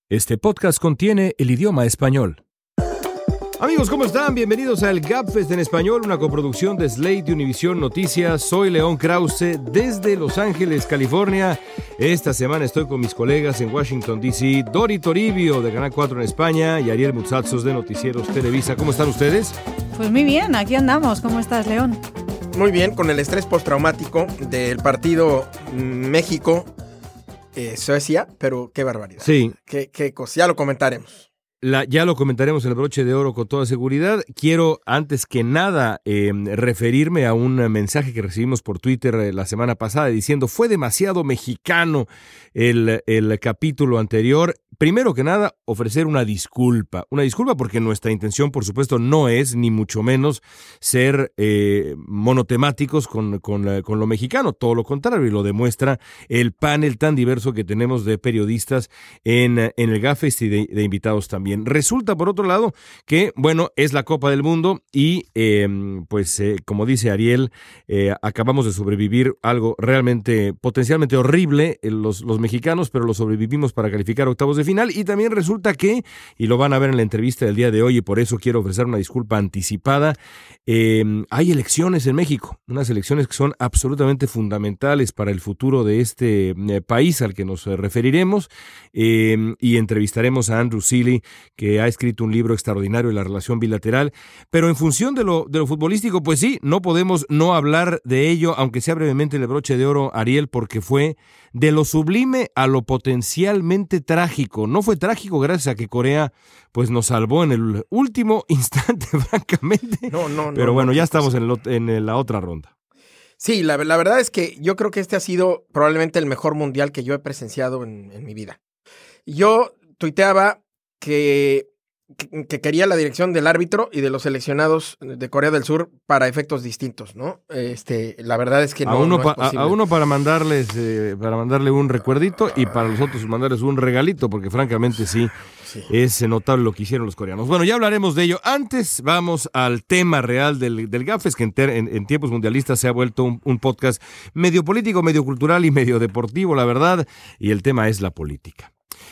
Este podcast contiene el idioma español. Amigos, ¿cómo están? Bienvenidos al Gabfest en español, una coproducción de Slate y Univisión Noticias. Soy León Krause desde Los Ángeles, California. Esta semana estoy con mis colegas en Washington, D.C., Dori Toribio de Canal 4 en España y Ariel Mutsatsos de Noticieros Televisa. ¿Cómo están ustedes? Pues muy bien, aquí andamos. ¿Cómo estás, León? Muy bien, con el estrés postraumático del partido México-Suecia, pero qué barbaridad. Sí. Qué cosa, ya lo comentaremos. Ya lo comentaremos en el broche de oro con toda seguridad. Quiero, antes que nada, referirme a un mensaje que recibimos por Twitter la semana pasada diciendo fue demasiado mexicano el capítulo anterior. Primero que nada, ofrecer una disculpa. Una disculpa porque nuestra intención, por supuesto, no es, ni mucho menos, ser monotemáticos con lo mexicano. Todo lo contrario, y lo demuestra el panel tan diverso que tenemos de periodistas en el Gabfest y de invitados también. Resulta, por otro lado, que, bueno, es la Copa del Mundo y, como dice Ariel, acabamos de sobrevivir algo realmente, potencialmente horrible los mexicanos, pero lo sobrevivimos para calificar a octavos de final. Y también resulta que, y lo van a ver en la entrevista del día de hoy, y por eso quiero ofrecer una disculpa anticipada, hay elecciones en México, unas elecciones que son absolutamente fundamentales para el futuro de este país al que nos referiremos, y entrevistaremos a Andrew Seeley, que ha escrito un libro extraordinario de la relación bilateral, pero en función de lo futbolístico, pues sí, no podemos no hablar de ello, aunque sea brevemente el broche de oro, Ariel, porque fue de lo sublime a lo potencialmente trágico. No fue trágico gracias a que Corea pues nos salvó en el último instante, francamente. Pero bueno, ya estamos en la otra ronda. Sí, la verdad es que yo creo que este ha sido probablemente el mejor mundial que yo he presenciado en mi vida. Yo tuiteaba que quería la dirección del árbitro y de los seleccionados de Corea del Sur para efectos distintos, ¿no? La verdad es que no es posible. A uno para mandarle un recuerdito y para los otros mandarles un regalito, porque francamente sí. Es notable lo que hicieron los coreanos. Bueno, ya hablaremos de ello. Antes vamos al tema real del Gabfest, que en tiempos mundialistas se ha vuelto un podcast medio político, medio cultural y medio deportivo, la verdad, y el tema es la política.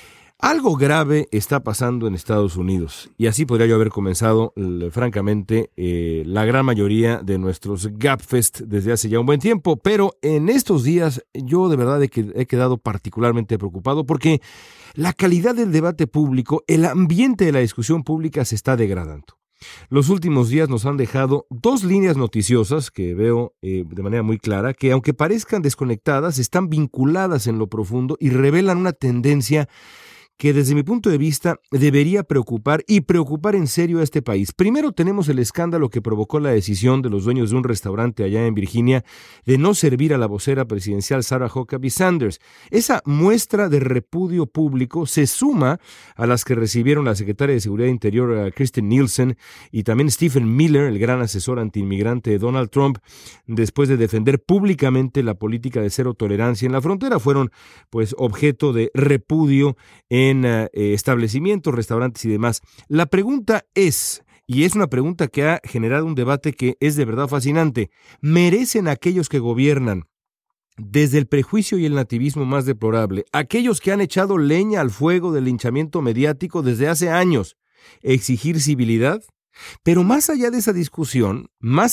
Algo grave está pasando en Estados Unidos, y así podría yo haber comenzado, francamente, la gran mayoría de nuestros Gabfest desde hace ya un buen tiempo, pero en estos días yo de verdad he quedado particularmente preocupado porque la calidad del debate público, el ambiente de la discusión pública se está degradando. Los últimos días nos han dejado dos líneas noticiosas que veo de manera muy clara, que aunque parezcan desconectadas, están vinculadas en lo profundo y revelan una tendencia que desde mi punto de vista debería preocupar en serio a este país. Primero tenemos el escándalo que provocó la decisión de los dueños de un restaurante allá en Virginia de no servir a la vocera presidencial Sarah Huckabee Sanders. Esa muestra de repudio público se suma a las que recibieron la secretaria de Seguridad Interior Kirstjen Nielsen y también Stephen Miller, el gran asesor antiinmigrante de Donald Trump, después de defender públicamente la política de cero tolerancia en la frontera. Fueron pues objeto de repudio en establecimientos, restaurantes y demás. La pregunta es, y es una pregunta que ha generado un debate que es de verdad fascinante, ¿merecen aquellos que gobiernan desde el prejuicio y el nativismo más deplorable, aquellos que han echado leña al fuego del linchamiento mediático desde hace años, exigir civilidad? Pero más allá de esa discusión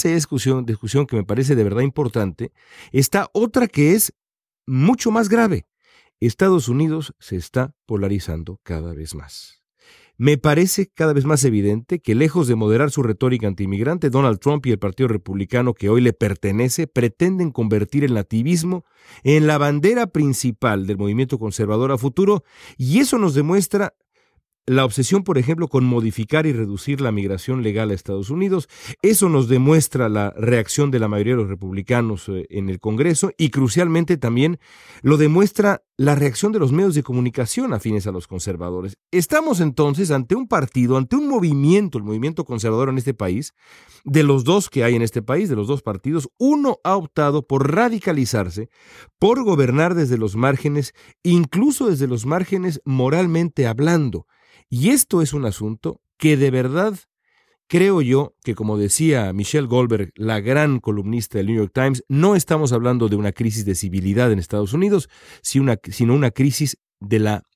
que me parece de verdad importante, está otra que es mucho más grave. Estados Unidos se está polarizando cada vez más. Me parece cada vez más evidente que, lejos de moderar su retórica antiinmigrante, Donald Trump y el Partido Republicano que hoy le pertenece pretenden convertir el nativismo en la bandera principal del movimiento conservador a futuro, y eso nos demuestra la obsesión, por ejemplo, con modificar y reducir la migración legal a Estados Unidos. Eso nos demuestra la reacción de la mayoría de los republicanos en el Congreso y, crucialmente, también lo demuestra la reacción de los medios de comunicación afines a los conservadores. Estamos entonces ante un partido, ante un movimiento, el movimiento conservador en este país, de los dos que hay en este país, de los dos partidos, uno ha optado por radicalizarse, por gobernar desde los márgenes, incluso desde los márgenes moralmente hablando. Y esto es un asunto que de verdad creo yo que, como decía Michelle Goldberg, la gran columnista del New York Times, no estamos hablando de una crisis de civilidad en Estados Unidos, sino una crisis de la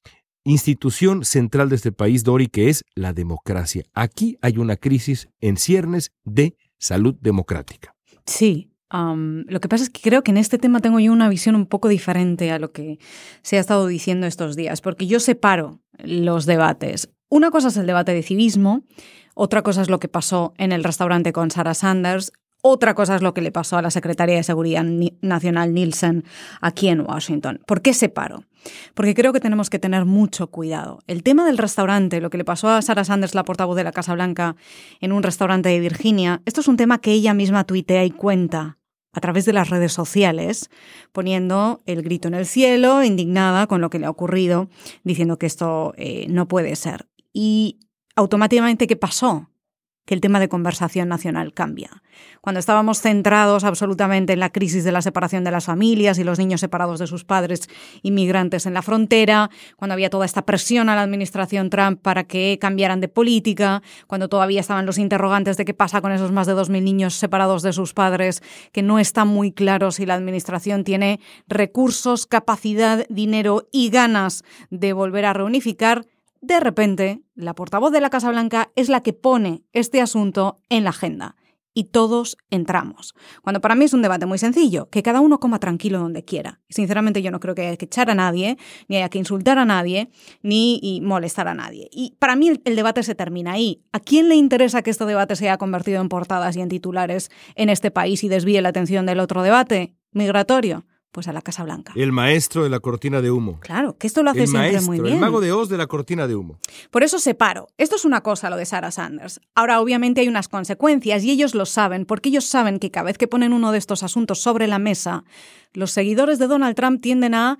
institución central de este país, Dori, que es la democracia. Aquí hay una crisis en ciernes de salud democrática. Sí. Lo que pasa es que creo que en este tema tengo yo una visión un poco diferente a lo que se ha estado diciendo estos días, porque yo separo los debates. Una cosa es el debate de civismo, otra cosa es lo que pasó en el restaurante con Sarah Sanders, otra cosa es lo que le pasó a la secretaria de Seguridad Nacional Nielsen aquí en Washington. ¿Por qué separo? Porque creo que tenemos que tener mucho cuidado. El tema del restaurante, lo que le pasó a Sarah Sanders, la portavoz de la Casa Blanca, en un restaurante de Virginia, esto es un tema que ella misma tuitea y cuenta a través de las redes sociales, poniendo el grito en el cielo, indignada con lo que le ha ocurrido, diciendo que esto no puede ser. Y automáticamente, ¿qué pasó? Que el tema de conversación nacional cambia. Cuando estábamos centrados absolutamente en la crisis de la separación de las familias y los niños separados de sus padres inmigrantes en la frontera, cuando había toda esta presión a la administración Trump para que cambiaran de política, cuando todavía estaban los interrogantes de qué pasa con esos más de 2.000 niños separados de sus padres, que no está muy claro si la administración tiene recursos, capacidad, dinero y ganas de volver a reunificar. De repente, la portavoz de la Casa Blanca es la que pone este asunto en la agenda y todos entramos. Cuando para mí es un debate muy sencillo, que cada uno coma tranquilo donde quiera. Sinceramente yo no creo que haya que echar a nadie, ni haya que insultar a nadie, ni molestar a nadie. Y para mí el debate se termina ahí. ¿A quién le interesa que este debate se haya convertido en portadas y en titulares en este país y desvíe la atención del otro debate migratorio? Pues a la Casa Blanca. El maestro de la cortina de humo. Claro, que esto lo hace siempre muy bien. El mago de Oz de la cortina de humo. Por eso separo. Esto es una cosa, lo de Sarah Sanders. Ahora, obviamente, hay unas consecuencias y ellos lo saben, porque ellos saben que cada vez que ponen uno de estos asuntos sobre la mesa, los seguidores de Donald Trump tienden a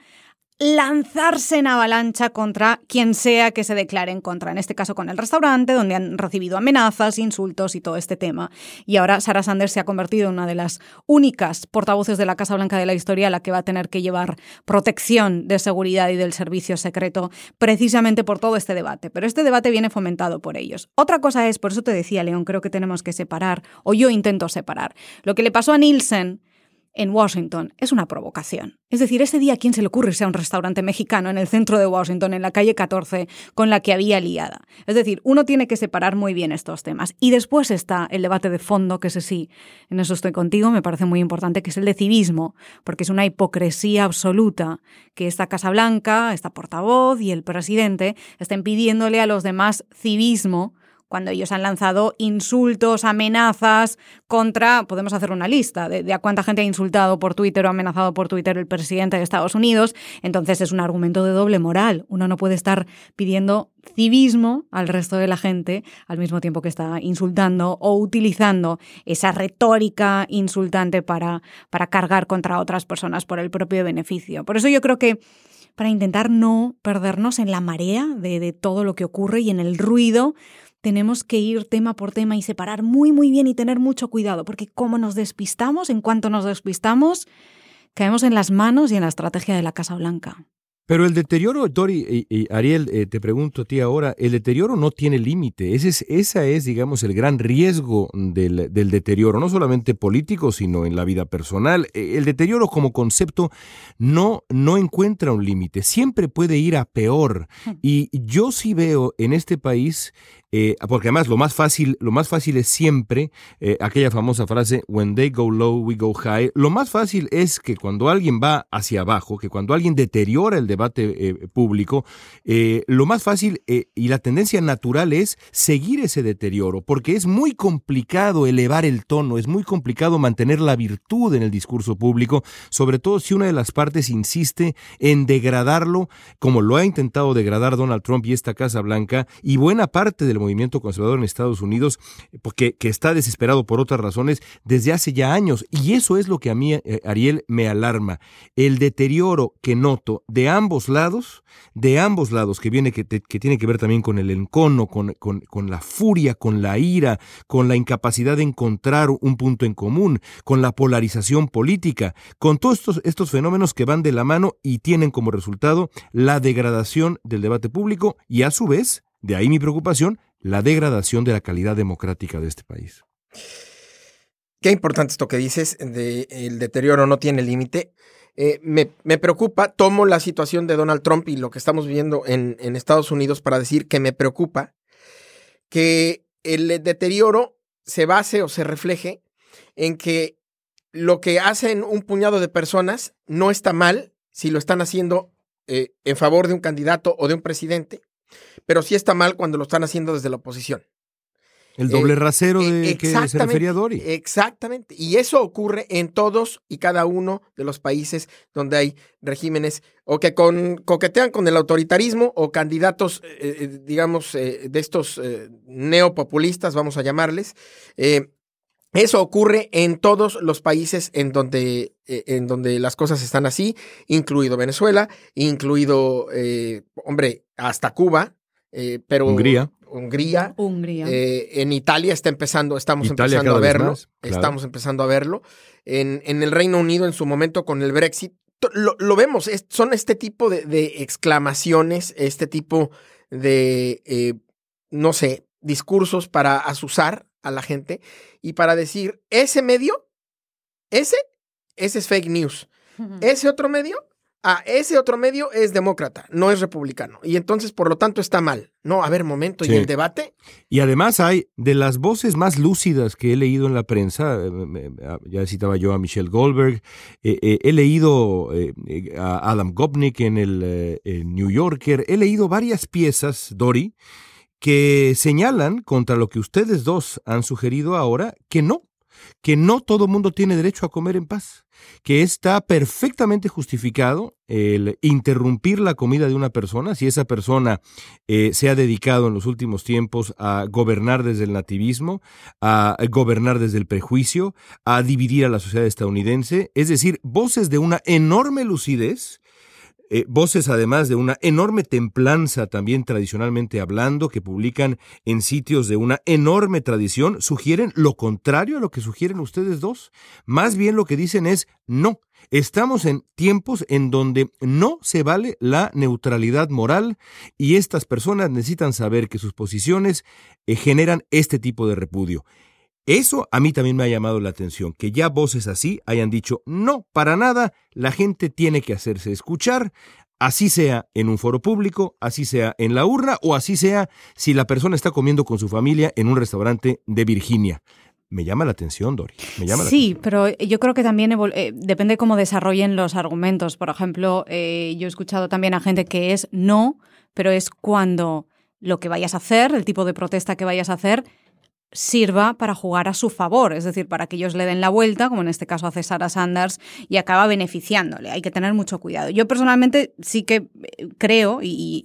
lanzarse en avalancha contra quien sea que se declare en contra, en este caso con el restaurante, donde han recibido amenazas, insultos y todo este tema. Y ahora Sarah Sanders se ha convertido en una de las únicas portavoces de la Casa Blanca de la historia a la que va a tener que llevar protección de seguridad y del servicio secreto precisamente por todo este debate. Pero este debate viene fomentado por ellos. Otra cosa es, por eso te decía, León, creo que tenemos que separar, o yo intento separar, lo que le pasó a Nielsen en Washington es una provocación. Es decir, ese día, ¿a quién se le ocurre irse a un restaurante mexicano en el centro de Washington, en la calle 14, con la que había liada? Es decir, uno tiene que separar muy bien estos temas. Y después está el debate de fondo, que ese sí, en eso estoy contigo, me parece muy importante, que es el de civismo, porque es una hipocresía absoluta que esta Casa Blanca, esta portavoz y el presidente estén pidiéndole a los demás civismo cuando ellos han lanzado insultos, amenazas contra, podemos hacer una lista de a cuánta gente ha insultado por Twitter o amenazado por Twitter el presidente de Estados Unidos. Entonces es un argumento de doble moral. Uno no puede estar pidiendo civismo al resto de la gente al mismo tiempo que está insultando o utilizando esa retórica insultante para cargar contra otras personas por el propio beneficio. Por eso yo creo que para intentar no perdernos en la marea de todo lo que ocurre y en el ruido, tenemos que ir tema por tema y separar muy, muy bien y tener mucho cuidado, porque como nos despistamos, en cuanto nos despistamos, caemos en las manos y en la estrategia de la Casa Blanca. Pero el deterioro, Dori y Ariel, te pregunto a ti ahora, el deterioro no tiene límite. Esa es, digamos, el gran riesgo del deterioro, no solamente político, sino en la vida personal. El deterioro como concepto no encuentra un límite, siempre puede ir a peor. Y yo sí veo en este país, porque además lo más fácil es siempre aquella famosa frase, when they go low, we go high. Lo más fácil es que cuando alguien va hacia abajo, que cuando alguien deteriora el debate público, lo más fácil y la tendencia natural es seguir ese deterioro, porque es muy complicado elevar el tono, es muy complicado mantener la virtud en el discurso público, sobre todo si una de las partes insiste en degradarlo, como lo ha intentado degradar Donald Trump y esta Casa Blanca, y buena parte del movimiento conservador en Estados Unidos, porque que está desesperado por otras razones desde hace ya años. Y eso es lo que a mí, Ariel, me alarma. El deterioro que noto de ambos lados, que tiene que ver también con el encono, con la furia, con la ira, con la incapacidad de encontrar un punto en común, con la polarización política, con todos estos fenómenos que van de la mano y tienen como resultado la degradación del debate público y a su vez, de ahí mi preocupación, la degradación de la calidad democrática de este país. Qué importante esto que dices, de el deterioro no tiene límite. Me preocupa, tomo la situación de Donald Trump y lo que estamos viendo en Estados Unidos para decir que me preocupa que el deterioro se base o se refleje en que lo que hacen un puñado de personas no está mal si lo están haciendo en favor de un candidato o de un presidente, pero sí está mal cuando lo están haciendo desde la oposición. El doble rasero de que se refería Dori. Exactamente. Y eso ocurre en todos y cada uno de los países donde hay regímenes o que coquetean con el autoritarismo o candidatos, digamos, de estos neopopulistas, vamos a llamarles. Eso ocurre en todos los países en donde las cosas están así, incluido Venezuela, incluido, hasta Cuba, pero Hungría. En Italia estamos empezando a verlo. Más, claro. Estamos empezando a verlo. En el Reino Unido, en su momento, con el Brexit, lo vemos. Son este tipo de exclamaciones, este tipo de, discursos para azuzar a la gente y para decir, ese medio, ese es fake news. Ese otro medio es demócrata, no es republicano. Y entonces, por lo tanto, está mal. No, a ver, momento, sí. ¿Y el debate? Y además hay de las voces más lúcidas que he leído en la prensa, ya citaba yo a Michelle Goldberg, he leído a Adam Gopnik en el New Yorker, he leído varias piezas, Dori, que señalan contra lo que ustedes dos han sugerido ahora, que no todo mundo tiene derecho a comer en paz, que está perfectamente justificado el interrumpir la comida de una persona si esa persona se ha dedicado en los últimos tiempos a gobernar desde el nativismo, a gobernar desde el prejuicio, a dividir a la sociedad estadounidense, es decir, voces de una enorme lucidez, voces además de una enorme templanza también tradicionalmente hablando, que publican en sitios de una enorme tradición, sugieren lo contrario a lo que sugieren ustedes dos. Más bien lo que dicen es no. Estamos en tiempos en donde no se vale la neutralidad moral y estas personas necesitan saber que sus posiciones generan este tipo de repudio. Eso a mí también me ha llamado la atención, que ya voces así hayan dicho, no, para nada, la gente tiene que hacerse escuchar, así sea en un foro público, así sea en la urna o así sea si la persona está comiendo con su familia en un restaurante de Virginia. Me llama la atención, Dori. Sí, pero yo creo que también depende cómo desarrollen los argumentos. Por ejemplo, yo he escuchado también a gente que es no, pero es cuando lo que vayas a hacer, el tipo de protesta que vayas a hacer, sirva para jugar a su favor, es decir, para que ellos le den la vuelta, como en este caso hace Sarah Sanders, y acaba beneficiándole. Hay que tener mucho cuidado. Yo personalmente sí que creo,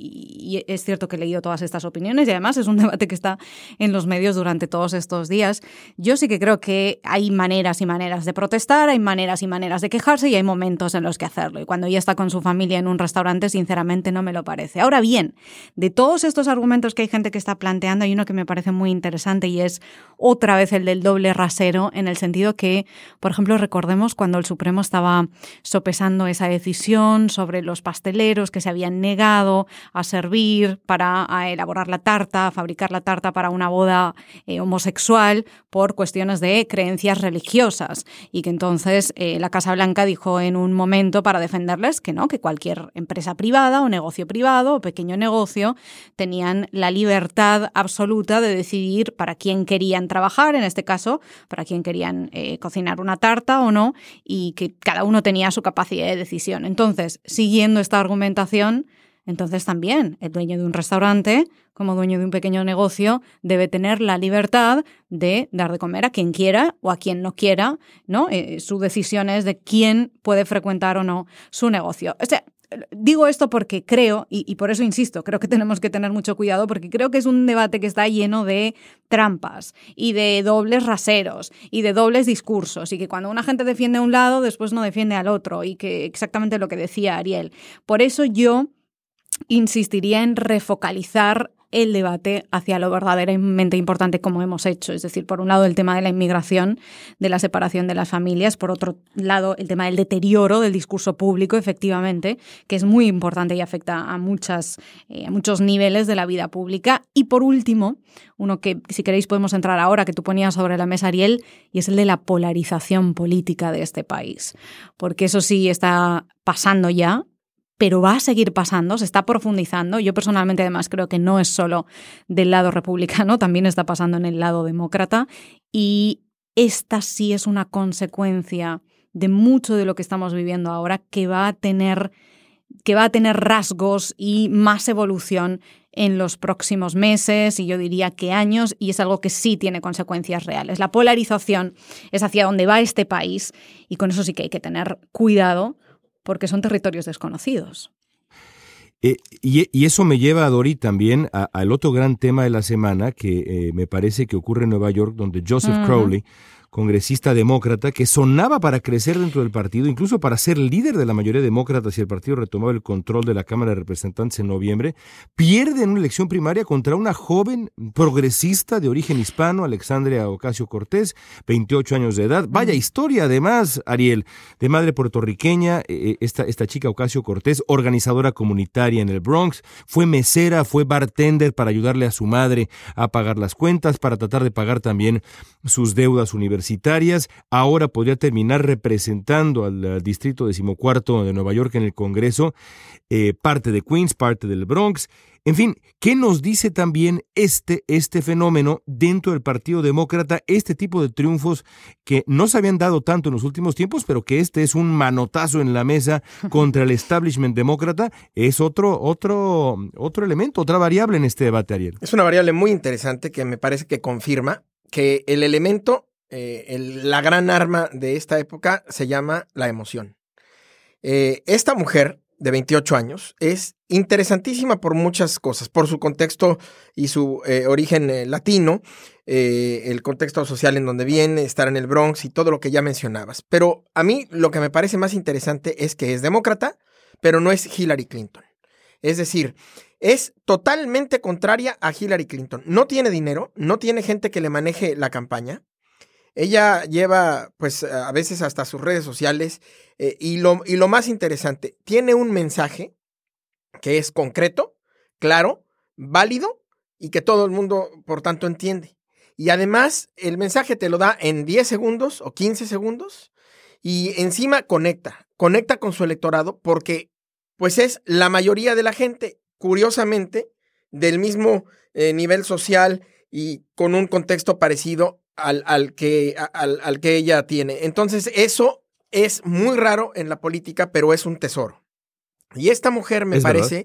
y es cierto que he leído todas estas opiniones, y además es un debate que está en los medios durante todos estos días, yo sí que creo que hay maneras y maneras de protestar, hay maneras y maneras de quejarse, y hay momentos en los que hacerlo. Y cuando ella está con su familia en un restaurante, sinceramente no me lo parece. Ahora bien, de todos estos argumentos que hay gente que está planteando, hay uno que me parece muy interesante y es otra vez el del doble rasero, en el sentido que, por ejemplo, recordemos cuando el Supremo estaba sopesando esa decisión sobre los pasteleros que se habían negado a servir a elaborar la tarta, a fabricar la tarta para una boda homosexual por cuestiones de creencias religiosas, y que entonces la Casa Blanca dijo en un momento para defenderles que no, que cualquier empresa privada o negocio privado o pequeño negocio tenían la libertad absoluta de decidir para quién querían trabajar, en este caso, para quién querían cocinar una tarta o no, y que cada uno tenía su capacidad de decisión. Entonces, siguiendo esta argumentación, entonces también el dueño de un restaurante, como dueño de un pequeño negocio, debe tener la libertad de dar de comer a quien quiera o a quien no quiera, ¿no? Su decisión es de quién puede frecuentar o no su negocio. O sea, digo esto porque creo, y por eso insisto, creo que tenemos que tener mucho cuidado, porque creo que es un debate que está lleno de trampas y de dobles raseros y de dobles discursos, y que cuando una gente defiende a un lado, después no defiende al otro, y que exactamente lo que decía Ariel. Por eso yo insistiría en refocalizar el debate hacia lo verdaderamente importante como hemos hecho. Es decir, por un lado el tema de la inmigración, de la separación de las familias, por otro lado el tema del deterioro del discurso público, efectivamente, que es muy importante y afecta a muchos niveles de la vida pública. Y por último, uno que si queréis podemos entrar ahora, que tú ponías sobre la mesa, Ariel, y es el de la polarización política de este país. Porque eso sí está pasando ya, pero va a seguir pasando, se está profundizando. Yo personalmente además creo que no es solo del lado republicano, también está pasando en el lado demócrata, y esta sí es una consecuencia de mucho de lo que estamos viviendo ahora que va a tener rasgos y más evolución en los próximos meses y yo diría que años, y es algo que sí tiene consecuencias reales. La polarización es hacia donde va este país y con eso sí que hay que tener cuidado porque son territorios desconocidos. Y eso me lleva, Dori, también al otro gran tema de la semana que me parece que ocurre en Nueva York, donde Joseph Crowley, congresista demócrata, que sonaba para crecer dentro del partido, incluso para ser líder de la mayoría de demócratas si el partido retomaba el control de la Cámara de Representantes en noviembre, pierde en una elección primaria contra una joven progresista de origen hispano, Alexandria Ocasio-Cortez, 28 años de edad. Vaya historia, además, Ariel, de madre puertorriqueña, esta chica Ocasio-Cortez, organizadora comunitaria en el Bronx, fue mesera, fue bartender para ayudarle a su madre a pagar las cuentas, para tratar de pagar también sus deudas universitarias. Ahora podría terminar representando al Distrito 14 de Nueva York en el Congreso, parte de Queens, parte del Bronx. En fin, ¿qué nos dice también este fenómeno dentro del Partido Demócrata? Este tipo de triunfos que no se habían dado tanto en los últimos tiempos, pero que este es un manotazo en la mesa contra el establishment demócrata, es otro elemento, otra variable en este debate, Ariel. Es una variable muy interesante que me parece que confirma que el elemento, la gran arma de esta época se llama la emoción. Esta mujer de 28 años es interesantísima por muchas cosas, por su contexto y su origen latino, el contexto social en donde viene, estar en el Bronx y todo lo que ya mencionabas. Pero a mí lo que me parece más interesante es que es demócrata, pero no es Hillary Clinton. Es decir, es totalmente contraria a Hillary Clinton. No tiene dinero, no tiene gente que le maneje la campaña. Ella lleva, pues, a veces hasta sus redes sociales y lo más interesante, tiene un mensaje que es concreto, claro, válido y que todo el mundo, por tanto, entiende. Y además, el mensaje te lo da en 10 segundos o 15 segundos y encima conecta con su electorado porque, pues, es la mayoría de la gente, curiosamente, del mismo nivel social y con un contexto parecido al que ella tiene. Entonces, eso es muy raro en la política, pero es un tesoro. Y esta mujer me parece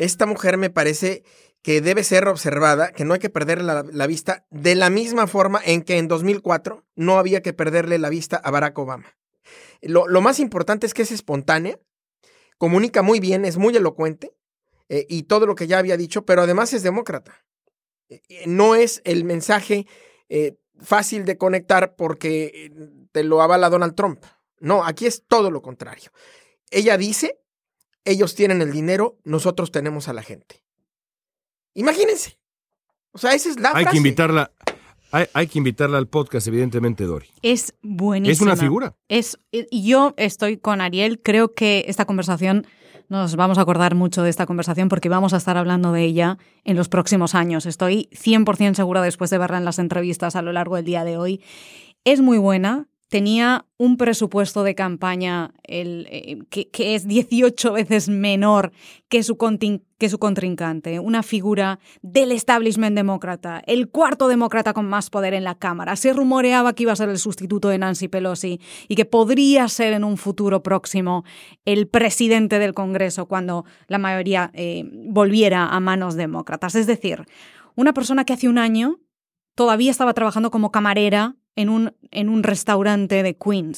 que debe ser observada, que no hay que perderle la vista, de la misma forma en que en 2004 no había que perderle la vista a Barack Obama. Lo más importante es que es espontánea, comunica muy bien, es muy elocuente, y todo lo que ya había dicho, pero además es demócrata. No es el mensaje fácil de conectar porque te lo avala Donald Trump. No, aquí es todo lo contrario. Ella dice, ellos tienen el dinero, nosotros tenemos a la gente. Imagínense. O sea, esa es la frase. Hay que invitarla al podcast, evidentemente, Dori. Es buenísima. Es una figura. Yo estoy con Ariel, creo que esta conversación, nos vamos a acordar mucho de esta conversación porque vamos a estar hablando de ella en los próximos años. Estoy 100% segura después de verla en las entrevistas a lo largo del día de hoy. Es muy buena. Tenía un presupuesto de campaña que es 18 veces menor que su contrincante, una figura del establishment demócrata, el cuarto demócrata con más poder en la Cámara. Se rumoreaba que iba a ser el sustituto de Nancy Pelosi y que podría ser en un futuro próximo el presidente del Congreso cuando la mayoría volviera a manos demócratas. Es decir, una persona que hace un año todavía estaba trabajando como camarera en un restaurante de Queens,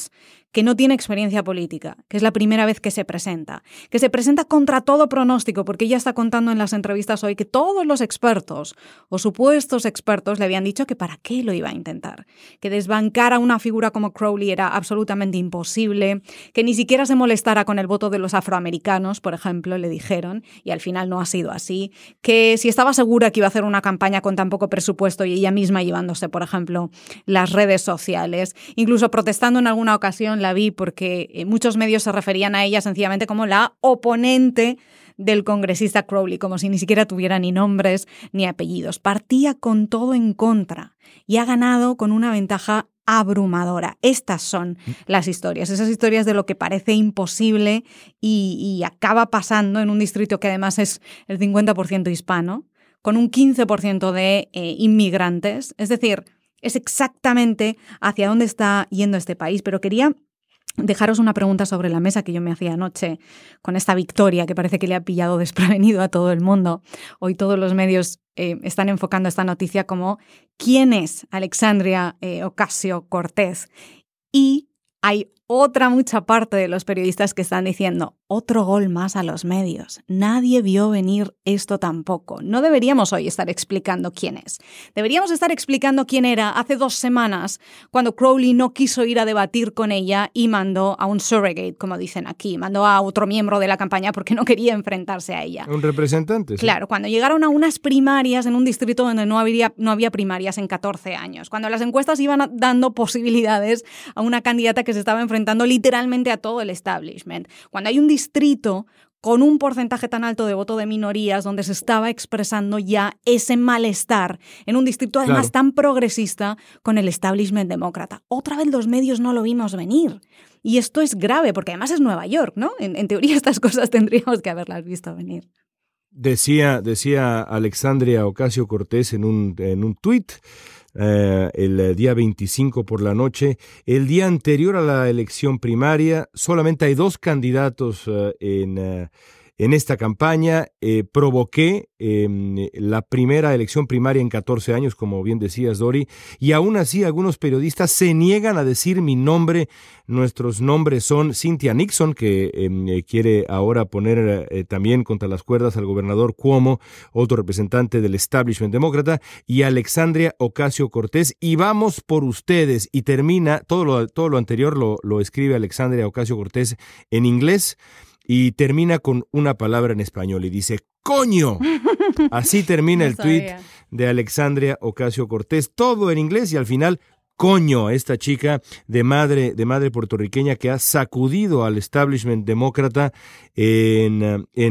que no tiene experiencia política, que es la primera vez que se presenta contra todo pronóstico, porque ella está contando en las entrevistas hoy que todos los expertos o supuestos expertos le habían dicho que para qué lo iba a intentar, que desbancar a una figura como Crowley era absolutamente imposible, que ni siquiera se molestara con el voto de los afroamericanos, por ejemplo, le dijeron, y al final no ha sido así, que si estaba segura que iba a hacer una campaña con tan poco presupuesto y ella misma llevándose, por ejemplo, las redes sociales, incluso protestando en alguna ocasión la vi porque muchos medios se referían a ella sencillamente como la oponente del congresista Crowley, como si ni siquiera tuviera ni nombres ni apellidos. Partía con todo en contra y ha ganado con una ventaja abrumadora. Estas son las historias, esas historias de lo que parece imposible y acaba pasando en un distrito que además es el 50% hispano, con un 15% de inmigrantes. Es decir, es exactamente hacia dónde está yendo este país. Pero quería dejaros una pregunta sobre la mesa que yo me hacía anoche con esta victoria que parece que le ha pillado desprevenido a todo el mundo. Hoy todos los medios están enfocando esta noticia como ¿quién es Alexandria Ocasio-Cortez? Y hay mucha parte de los periodistas que están diciendo otro gol más a los medios. Nadie vio venir esto tampoco. No deberíamos hoy estar explicando quién es. Deberíamos estar explicando quién era hace 2 semanas cuando Crowley no quiso ir a debatir con ella y mandó a un surrogate, como dicen aquí. Mandó a otro miembro de la campaña porque no quería enfrentarse a ella. Un representante. Sí. Claro, cuando llegaron a unas primarias en un distrito donde no había primarias en 14 años. Cuando las encuestas iban dando posibilidades a una candidata que se estaba enfrentando literalmente a todo el establishment. Cuando hay un distrito con un porcentaje tan alto de voto de minorías donde se estaba expresando ya ese malestar en un distrito además tan progresista con el establishment demócrata. Otra vez los medios no lo vimos venir. Y esto es grave porque además es Nueva York, ¿no? En teoría estas cosas tendríamos que haberlas visto venir. Decía Alexandria Ocasio-Cortez en un tuit el día 25 por la noche, el día anterior a la elección primaria, solamente hay 2 candidatos en esta campaña. Provoqué la primera elección primaria en 14 años, como bien decías, Dori, y aún así algunos periodistas se niegan a decir mi nombre. Nuestros nombres son Cynthia Nixon, que quiere ahora poner también contra las cuerdas al gobernador Cuomo, otro representante del establishment demócrata, y Alexandria Ocasio-Cortez, y vamos por ustedes. Y termina, todo lo anterior lo escribe Alexandria Ocasio-Cortez en inglés, y termina con una palabra en español y dice ¡coño! Así termina el tuit de Alexandria Ocasio-Cortez, todo en inglés y al final coño, esta chica de madre puertorriqueña que ha sacudido al establishment demócrata en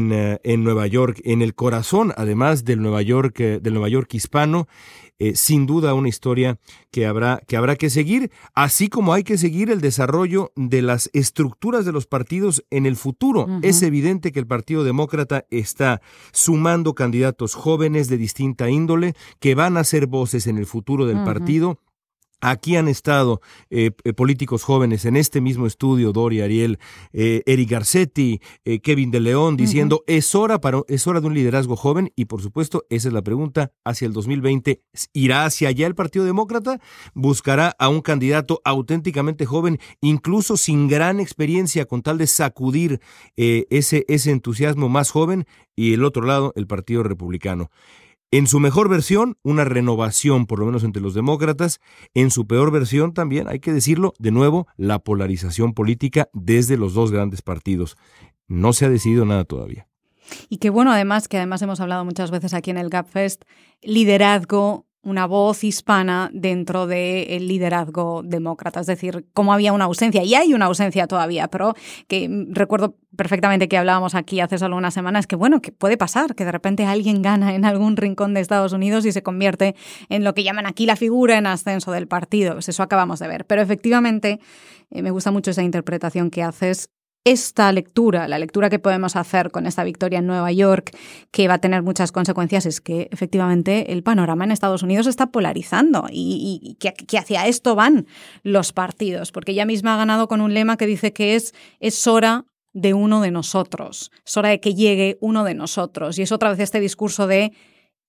Nueva York, en el corazón además del Nueva York hispano. Sin duda una historia que habrá que seguir, así como hay que seguir el desarrollo de las estructuras de los partidos en el futuro. Uh-huh. Es evidente que el Partido Demócrata está sumando candidatos jóvenes de distinta índole que van a ser voces en el futuro del partido. Aquí han estado políticos jóvenes en este mismo estudio, Dori, Ariel, Eric Garcetti, Kevin de León, diciendo es hora de un liderazgo joven y por supuesto esa es la pregunta hacia el 2020. ¿Irá hacia allá el Partido Demócrata? ¿Buscará a un candidato auténticamente joven, incluso sin gran experiencia, con tal de sacudir ese entusiasmo más joven? Y el otro lado, el Partido Republicano. En su mejor versión, una renovación, por lo menos entre los demócratas. En su peor versión también, hay que decirlo, de nuevo, la polarización política desde los 2 grandes partidos. No se ha decidido nada todavía. Y qué bueno, además hemos hablado muchas veces aquí en el GabFest, liderazgo, una voz hispana dentro del liderazgo demócrata. Es decir, cómo había una ausencia, y hay una ausencia todavía, pero que recuerdo perfectamente que hablábamos aquí hace solo unas semanas, que bueno, que puede pasar, que de repente alguien gana en algún rincón de Estados Unidos y se convierte en lo que llaman aquí la figura en ascenso del partido. Pues eso acabamos de ver. Pero efectivamente, me gusta mucho esa interpretación que haces. Esta lectura, la lectura que podemos hacer con esta victoria en Nueva York, que va a tener muchas consecuencias, es que efectivamente el panorama en Estados Unidos está polarizando y que hacia esto van los partidos, porque ella misma ha ganado con un lema que dice que es hora de uno de nosotros, es hora de que llegue uno de nosotros. Y es otra vez este discurso de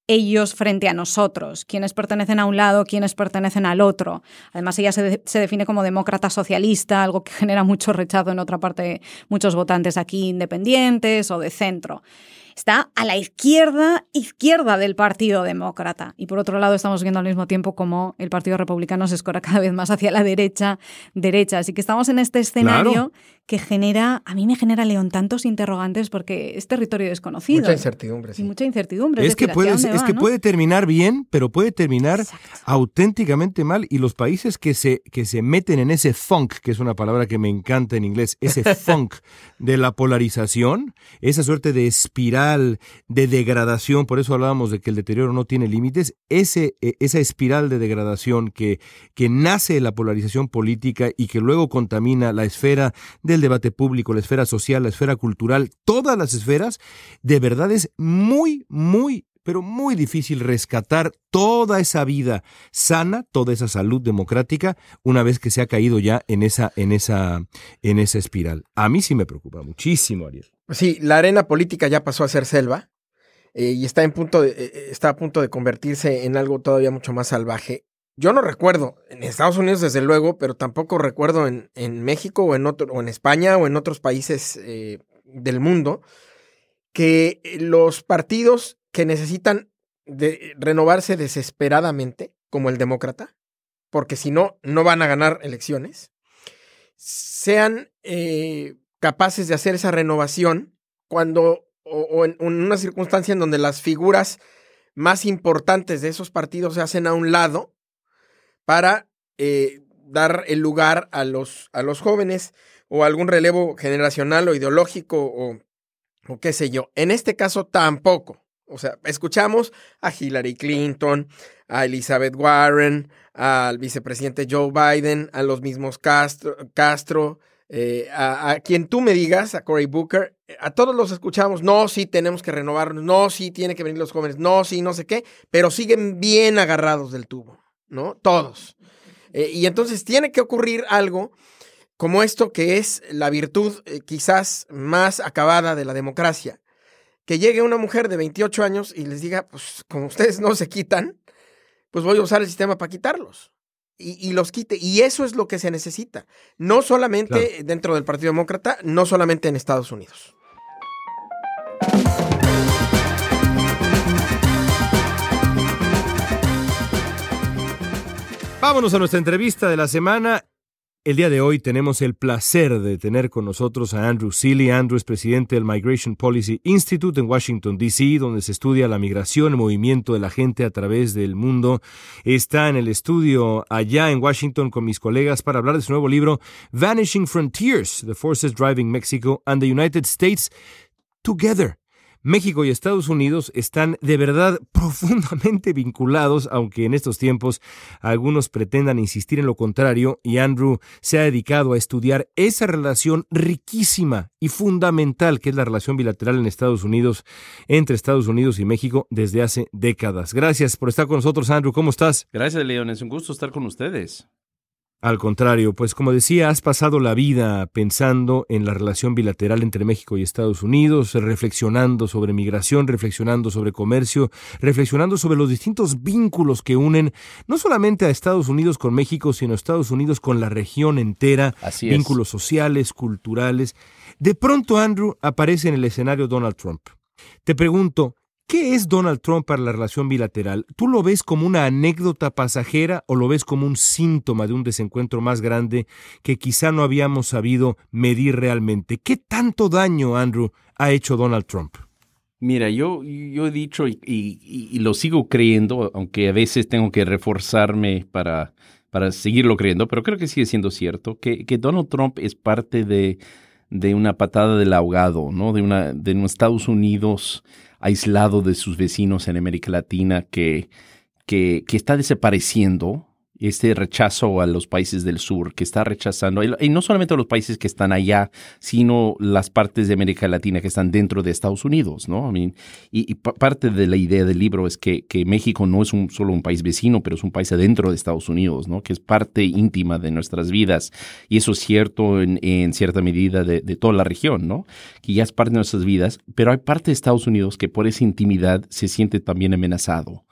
ellos frente a nosotros, quienes pertenecen a un lado, quienes pertenecen al otro. Además, ella se define como demócrata socialista, algo que genera mucho rechazo en otra parte, muchos votantes aquí independientes o de centro. Está a la izquierda del Partido Demócrata. Y por otro lado estamos viendo al mismo tiempo cómo el Partido Republicano se escora cada vez más hacia la derecha. Así que estamos en este escenario que a mí me genera, León, tantos interrogantes porque es territorio desconocido. Mucha incertidumbre, sí. Y mucha incertidumbre. Es que puede terminar bien, pero puede terminar auténticamente mal. Y los países que se meten en ese funk, que es una palabra que me encanta en inglés, ese funk de la polarización, esa suerte de espiral de degradación, por eso hablábamos de que el deterioro no tiene límites, esa espiral de degradación que nace de la polarización política y que luego contamina la esfera del debate público, la esfera social, la esfera cultural, todas las esferas, de verdad es muy, muy, pero muy difícil rescatar toda esa vida sana, toda esa salud democrática, una vez que se ha caído ya en esa espiral. A mí sí me preocupa muchísimo, Ariel. Sí, la arena política ya pasó a ser selva y está a punto de convertirse en algo todavía mucho más salvaje. Yo no recuerdo, en Estados Unidos desde luego, pero tampoco recuerdo en México o en España o en otros países del mundo, que los partidos que necesitan renovarse desesperadamente, como el demócrata, porque si no, no van a ganar elecciones, sean capaces de hacer esa renovación cuando o en una circunstancia en donde las figuras más importantes de esos partidos se hacen a un lado para dar el lugar a los jóvenes o algún relevo generacional o ideológico o qué sé yo. En este caso tampoco. O sea, escuchamos a Hillary Clinton, a Elizabeth Warren, al vicepresidente Joe Biden, a los mismos Castro, a quien tú me digas, a Cory Booker, a todos los escuchamos, no, sí tenemos que renovarnos, no, sí tienen que venir los jóvenes, no, sí, no sé qué, pero siguen bien agarrados del tubo, ¿no? Todos. Y entonces tiene que ocurrir algo como esto que es la virtud quizás más acabada de la democracia, que llegue una mujer de 28 años y les diga, pues como ustedes no se quitan, pues voy a usar el sistema para quitarlos. Y los quite. Y eso es lo que se necesita. No solamente dentro del Partido Demócrata, no solamente en Estados Unidos. Vámonos a nuestra entrevista de la semana. El día de hoy tenemos el placer de tener con nosotros a Andrew Seeley. Andrew es presidente del Migration Policy Institute en Washington, D.C., donde se estudia la migración, el movimiento de la gente a través del mundo. Está en el estudio allá en Washington con mis colegas para hablar de su nuevo libro, Vanishing Frontiers, The Forces Driving Mexico and the United States Together. México y Estados Unidos están de verdad profundamente vinculados, aunque en estos tiempos algunos pretendan insistir en lo contrario, y Andrew se ha dedicado a estudiar esa relación riquísima y fundamental que es la relación bilateral en Estados Unidos, entre Estados Unidos y México desde hace décadas. Gracias por estar con nosotros, Andrew. ¿Cómo estás? Gracias, León. Es un gusto estar con ustedes. Al contrario, pues como decía, has pasado la vida pensando en la relación bilateral entre México y Estados Unidos, reflexionando sobre migración, reflexionando sobre comercio, reflexionando sobre los distintos vínculos que unen no solamente a Estados Unidos con México, sino a Estados Unidos con la región entera, vínculos sociales, culturales. De pronto, Andrew, aparece en el escenario Donald Trump. Te pregunto, ¿qué es Donald Trump para la relación bilateral? ¿Tú lo ves como una anécdota pasajera o lo ves como un síntoma de un desencuentro más grande que quizá no habíamos sabido medir realmente? ¿Qué tanto daño, Andrew, ha hecho Donald Trump? Mira, yo he dicho y lo sigo creyendo, aunque a veces tengo que reforzarme para seguirlo creyendo, pero creo que sigue siendo cierto que Donald Trump es parte de una patada del ahogado, ¿no? De un Estados Unidos aislado de sus vecinos en América Latina que está desapareciendo este rechazo a los países del sur, que está rechazando, y no solamente a los países que están allá, sino las partes de América Latina que están dentro de Estados Unidos, ¿no? Parte de la idea del libro es que México no es solo un país vecino, pero es un país adentro de Estados Unidos, ¿no? Que es parte íntima de nuestras vidas, y eso es cierto en cierta medida de toda la región, ¿no? Que ya es parte de nuestras vidas, pero hay parte de Estados Unidos que por esa intimidad se siente también amenazado.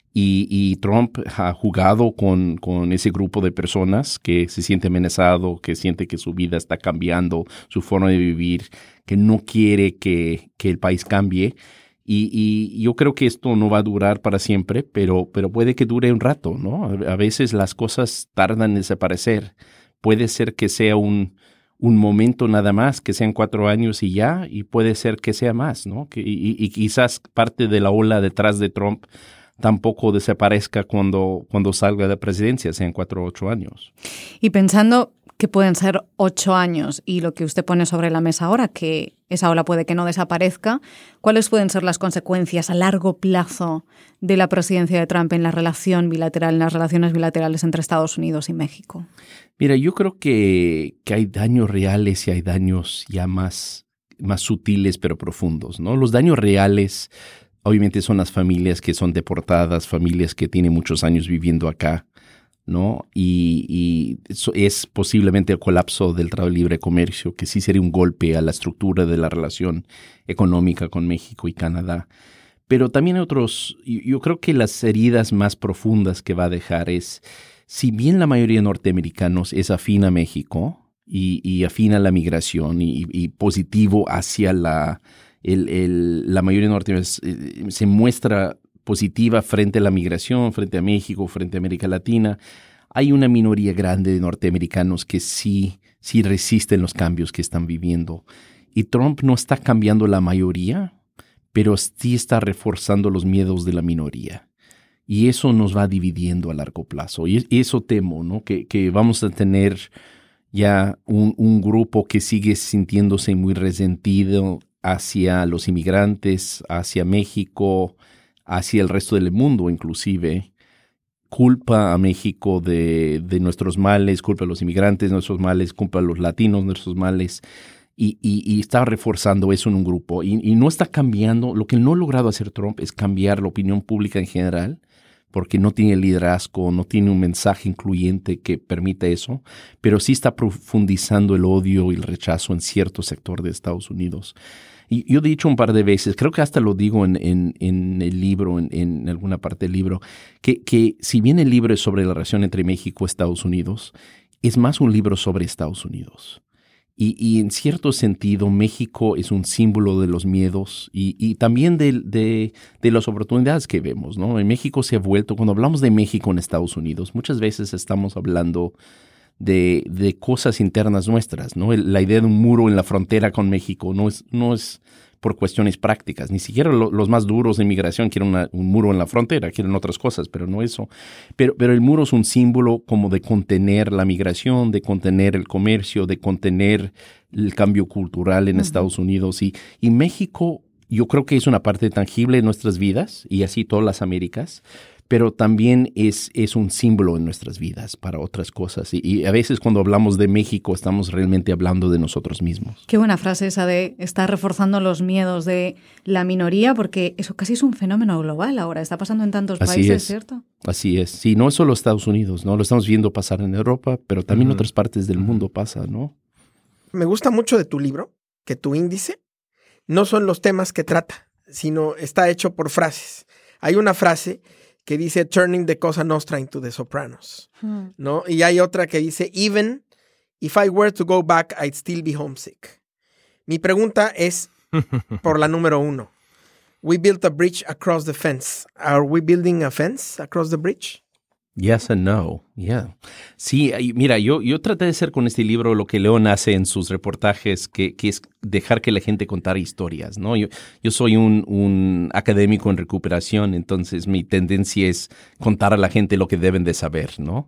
Y Trump ha jugado con ese grupo de personas que se siente amenazado, que siente que su vida está cambiando, su forma de vivir, que no quiere que el país cambie. Y yo creo que esto no va a durar para siempre, pero puede que dure un rato, ¿no? A veces las cosas tardan en desaparecer. Puede ser que sea un momento nada más, que sean 4 años y ya, y puede ser que sea más, ¿no? Y quizás parte de la ola detrás de Trump tampoco desaparezca cuando salga de la presidencia, sean 4 o 8 años. Y pensando que pueden ser 8 años y lo que usted pone sobre la mesa ahora, que esa ola puede que no desaparezca, ¿cuáles pueden ser las consecuencias a largo plazo de la presidencia de Trump en la relación bilateral, en las relaciones bilaterales entre Estados Unidos y México? Mira, yo creo que hay daños reales y hay daños ya más sutiles pero profundos, ¿no? Los daños reales obviamente son las familias que son deportadas, familias que tienen muchos años viviendo acá, ¿no? Y eso es posiblemente el colapso del Tratado de Libre Comercio, que sí sería un golpe a la estructura de la relación económica con México y Canadá. Pero también otros, yo creo que las heridas más profundas que va a dejar es, si bien la mayoría de norteamericanos es afín a México y afín a la migración y positivo hacia la mayoría de norteamericanos se muestra positiva frente a la migración, frente a México, frente a América Latina, hay una minoría grande de norteamericanos que sí resisten los cambios que están viviendo. Y Trump no está cambiando la mayoría, pero sí está reforzando los miedos de la minoría. Y eso nos va dividiendo a largo plazo. Y eso temo, ¿no? Que vamos a tener ya un grupo que sigue sintiéndose muy resentido hacia los inmigrantes, hacia México, hacia el resto del mundo inclusive. Culpa a México de nuestros males, culpa a los inmigrantes de nuestros males, culpa a los latinos de nuestros males. Y está reforzando eso en un grupo. Y no está cambiando. Lo que no ha logrado hacer Trump es cambiar la opinión pública en general, porque no tiene liderazgo, no tiene un mensaje incluyente que permita eso, pero sí está profundizando el odio y el rechazo en cierto sector de Estados Unidos. Y yo he dicho un par de veces, creo que hasta lo digo en el libro, en alguna parte del libro, que si bien el libro es sobre la relación entre México y Estados Unidos, es más un libro sobre Estados Unidos. Y en cierto sentido, México es un símbolo de los miedos y también de las oportunidades que vemos, ¿no? En México se ha vuelto, cuando hablamos de México en Estados Unidos, muchas veces estamos hablando de cosas internas nuestras, ¿no? La idea de un muro en la frontera con México no es por cuestiones prácticas. Ni siquiera los más duros de inmigración quieren un muro en la frontera, quieren otras cosas, pero no eso. Pero el muro es un símbolo como de contener la migración, de contener el comercio, de contener el cambio cultural en Estados Unidos. Y México, yo creo que es una parte tangible de nuestras vidas, y así todas las Américas, pero también es un símbolo en nuestras vidas para otras cosas. Y a veces cuando hablamos de México estamos realmente hablando de nosotros mismos. Qué buena frase esa de estar reforzando los miedos de la minoría, porque eso casi es un fenómeno global ahora. Está pasando en tantos países, ¿cierto? Así es. Sí, no es solo Estados Unidos, ¿no? Lo estamos viendo pasar en Europa, pero también en otras partes del mundo pasa, ¿no? Me gusta mucho de tu libro que tu índice no son los temas que trata, sino está hecho por frases. Hay una frase que dice turning the Cosa Nostra into the Sopranos, ¿no? Y hay otra que dice even if I were to go back, I'd still be homesick. Mi pregunta es por la número 1. We built a bridge across the fence. Are we building a fence across the bridge? Yes and no, yeah. Sí, mira, yo traté de hacer con este libro lo que León hace en sus reportajes, que es dejar que la gente contara historias, ¿no? Yo soy un académico en recuperación, entonces mi tendencia es contar a la gente lo que deben de saber, ¿no?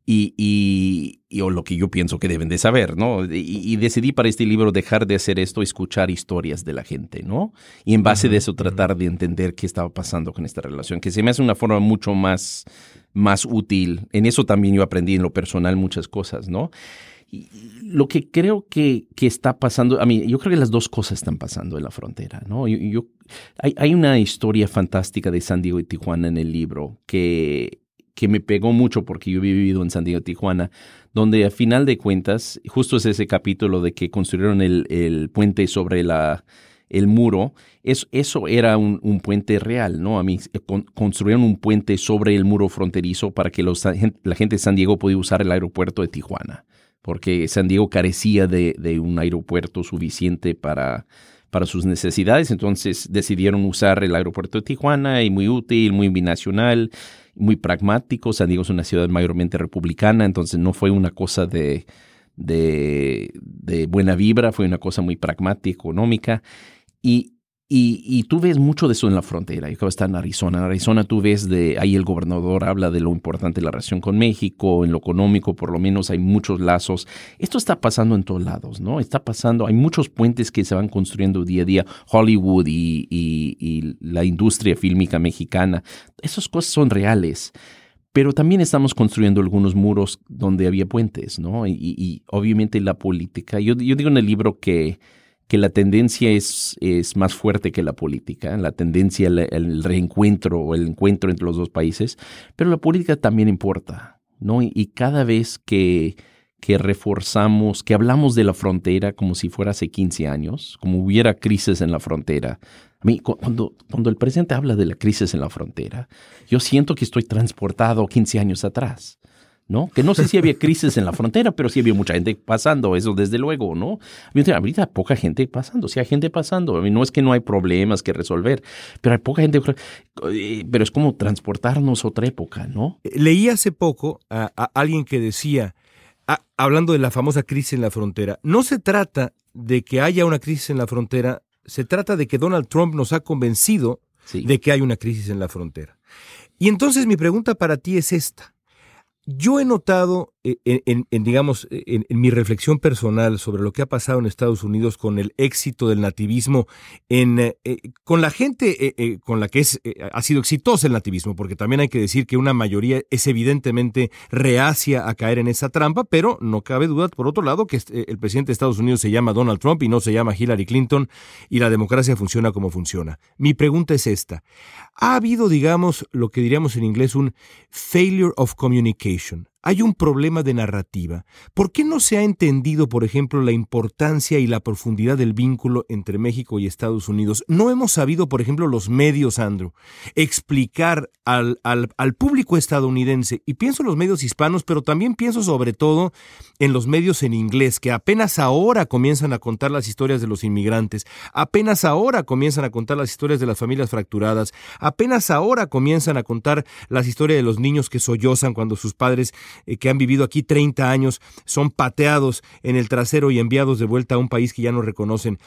O lo que yo pienso que deben de saber, ¿no? Y decidí para este libro dejar de hacer esto, escuchar historias de la gente, ¿no? Y en base de eso tratar de entender qué estaba pasando con esta relación, que se me hace una forma mucho más más útil. En eso también yo aprendí en lo personal muchas cosas, ¿no? Y lo que creo que está pasando, yo creo que las dos cosas están pasando en la frontera, ¿no? Hay una historia fantástica de San Diego y Tijuana en el libro que me pegó mucho porque yo he vivido en San Diego y Tijuana, donde a final de cuentas, justo es ese capítulo de que construyeron el puente sobre el muro. Eso era un puente real, ¿no? Construyeron un puente sobre el muro fronterizo para que la gente de San Diego pudiera usar el aeropuerto de Tijuana, porque San Diego carecía de un aeropuerto suficiente para sus necesidades. Entonces decidieron usar el aeropuerto de Tijuana, y muy útil, muy binacional, muy pragmático. San Diego es una ciudad mayormente republicana, entonces no fue una cosa de buena vibra, fue una cosa muy pragmática, económica. Y tú ves mucho de eso en la frontera. Yo acabo de estar en Arizona. En Arizona tú ves ahí el gobernador habla de lo importante de la relación con México, en lo económico por lo menos hay muchos lazos. Esto está pasando en todos lados, ¿no? Está pasando, hay muchos puentes que se van construyendo día a día. Hollywood y la industria fílmica mexicana, esas cosas son reales. Pero también estamos construyendo algunos muros donde había puentes, ¿no? Y obviamente la política. Yo digo en el libro que la tendencia es más fuerte que la política, la tendencia, el reencuentro o el encuentro entre los dos países, pero la política también importa, ¿no? Y cada vez que reforzamos, que hablamos de la frontera como si fuera hace 15 años, como hubiera crisis en la frontera. Cuando el presidente habla de la crisis en la frontera, yo siento que estoy transportado 15 años atrás, ¿no? Que no sé si había crisis en la frontera, pero sí había mucha gente pasando, eso desde luego, ¿no? Ahorita hay poca gente pasando, sí hay gente pasando. No es que no hay problemas que resolver, pero hay poca gente. Pero es como transportarnos a otra época, ¿no? Leí hace poco a alguien que decía, hablando de la famosa crisis en la frontera, no se trata de que haya una crisis en la frontera, se trata de que Donald Trump nos ha convencido de que hay una crisis en la frontera. Y entonces mi pregunta para ti es esta. Yo he notado, en mi reflexión personal sobre lo que ha pasado en Estados Unidos con el éxito del nativismo, con la gente con la que ha sido exitoso el nativismo, porque también hay que decir que una mayoría es evidentemente reacia a caer en esa trampa, pero no cabe duda, por otro lado, que el presidente de Estados Unidos se llama Donald Trump y no se llama Hillary Clinton, y la democracia funciona como funciona. Mi pregunta es esta. ¿Ha habido, digamos, lo que diríamos en inglés, un failure of communication? Hay un problema de narrativa. ¿Por qué no se ha entendido, por ejemplo, la importancia y la profundidad del vínculo entre México y Estados Unidos? No hemos sabido, por ejemplo, los medios, Andrew, explicar al público estadounidense, y pienso en los medios hispanos, pero también pienso sobre todo en los medios en inglés, que apenas ahora comienzan a contar las historias de los inmigrantes, apenas ahora comienzan a contar las historias de las familias fracturadas, apenas ahora comienzan a contar las historias de los niños que sollozan cuando sus padres que han vivido aquí 30 años son pateados en el trasero y enviados de vuelta a un país que ya no reconocen.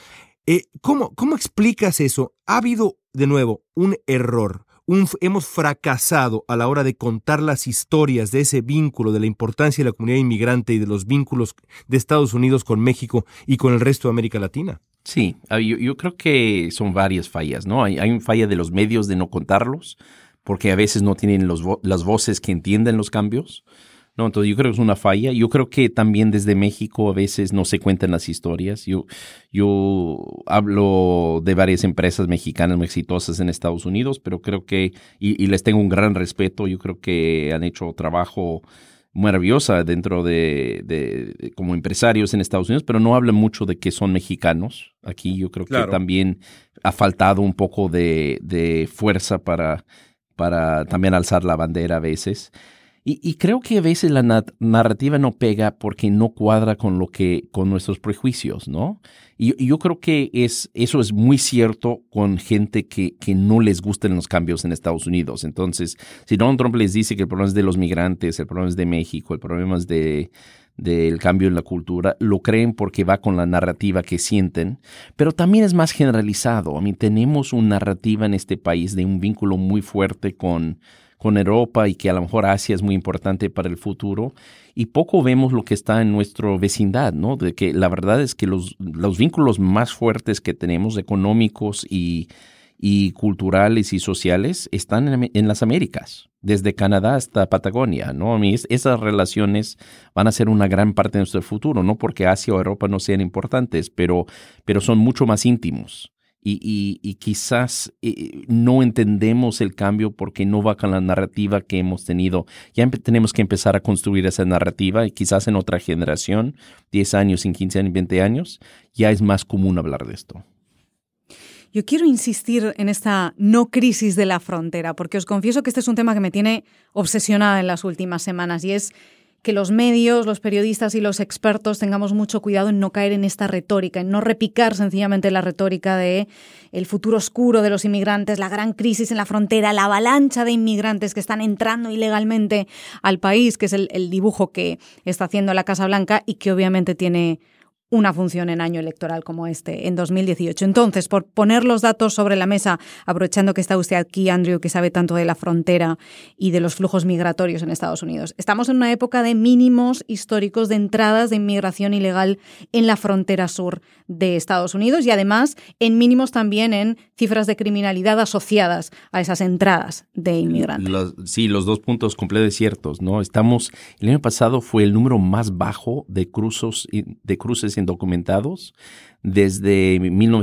¿Cómo explicas eso? ¿Ha habido, de nuevo, un error? Hemos fracasado a la hora de contar las historias de ese vínculo, de la importancia de la comunidad inmigrante y de los vínculos de Estados Unidos con México y con el resto de América Latina. Sí, yo creo que son varias fallas, ¿no? Hay una falla de los medios de no contarlos, porque a veces no tienen las voces que entienden los cambios, ¿no? Entonces yo creo que es una falla. Yo creo que también desde México a veces no se cuentan las historias. Yo hablo de varias empresas mexicanas muy exitosas en Estados Unidos, pero creo que, y les tengo un gran respeto, yo creo que han hecho trabajo maravillosa dentro de como empresarios en Estados Unidos, pero no hablan mucho de que son mexicanos. Aquí yo creo que también ha faltado un poco de fuerza para también alzar la bandera a veces. Y creo que a veces la narrativa no pega porque no cuadra con nuestros prejuicios, ¿no? Y yo creo que eso es muy cierto con gente que no les gustan los cambios en Estados Unidos. Entonces, si Donald Trump les dice que el problema es de los migrantes, el problema es de México, el problema es del cambio en la cultura, lo creen porque va con la narrativa que sienten, pero también es más generalizado. Tenemos una narrativa en este país de un vínculo muy fuerte con Europa y que a lo mejor Asia es muy importante para el futuro, y poco vemos lo que está en nuestra vecindad, ¿no? De que la verdad es que los vínculos más fuertes que tenemos, económicos y y culturales y sociales están en las Américas, desde Canadá hasta Patagonia, ¿no? Esas relaciones van a ser una gran parte de nuestro futuro, no porque Asia o Europa no sean importantes, pero son mucho más íntimos. Y quizás no entendemos el cambio porque no va con la narrativa que hemos tenido. Ya tenemos que empezar a construir esa narrativa y quizás en otra generación, 10 años, en 15 años, 20 años, ya es más común hablar de esto. Yo quiero insistir en esta no crisis de la frontera, porque os confieso que este es un tema que me tiene obsesionada en las últimas semanas y es que los medios, los periodistas y los expertos tengamos mucho cuidado en no caer en esta retórica, en no repicar sencillamente la retórica de el futuro oscuro de los inmigrantes, la gran crisis en la frontera, la avalancha de inmigrantes que están entrando ilegalmente al país, que es el dibujo que está haciendo la Casa Blanca y que obviamente tiene una función en año electoral como este, en 2018. Entonces, por poner los datos sobre la mesa, aprovechando que está usted aquí, Andrew, que sabe tanto de la frontera y de los flujos migratorios en Estados Unidos. Estamos en una época de mínimos históricos de entradas de inmigración ilegal en la frontera sur de Estados Unidos y además en mínimos también en cifras de criminalidad asociadas a esas entradas de inmigrantes. Los 2 puntos completamente ciertos, ¿no? El año pasado fue el número más bajo de cruces indocumentados desde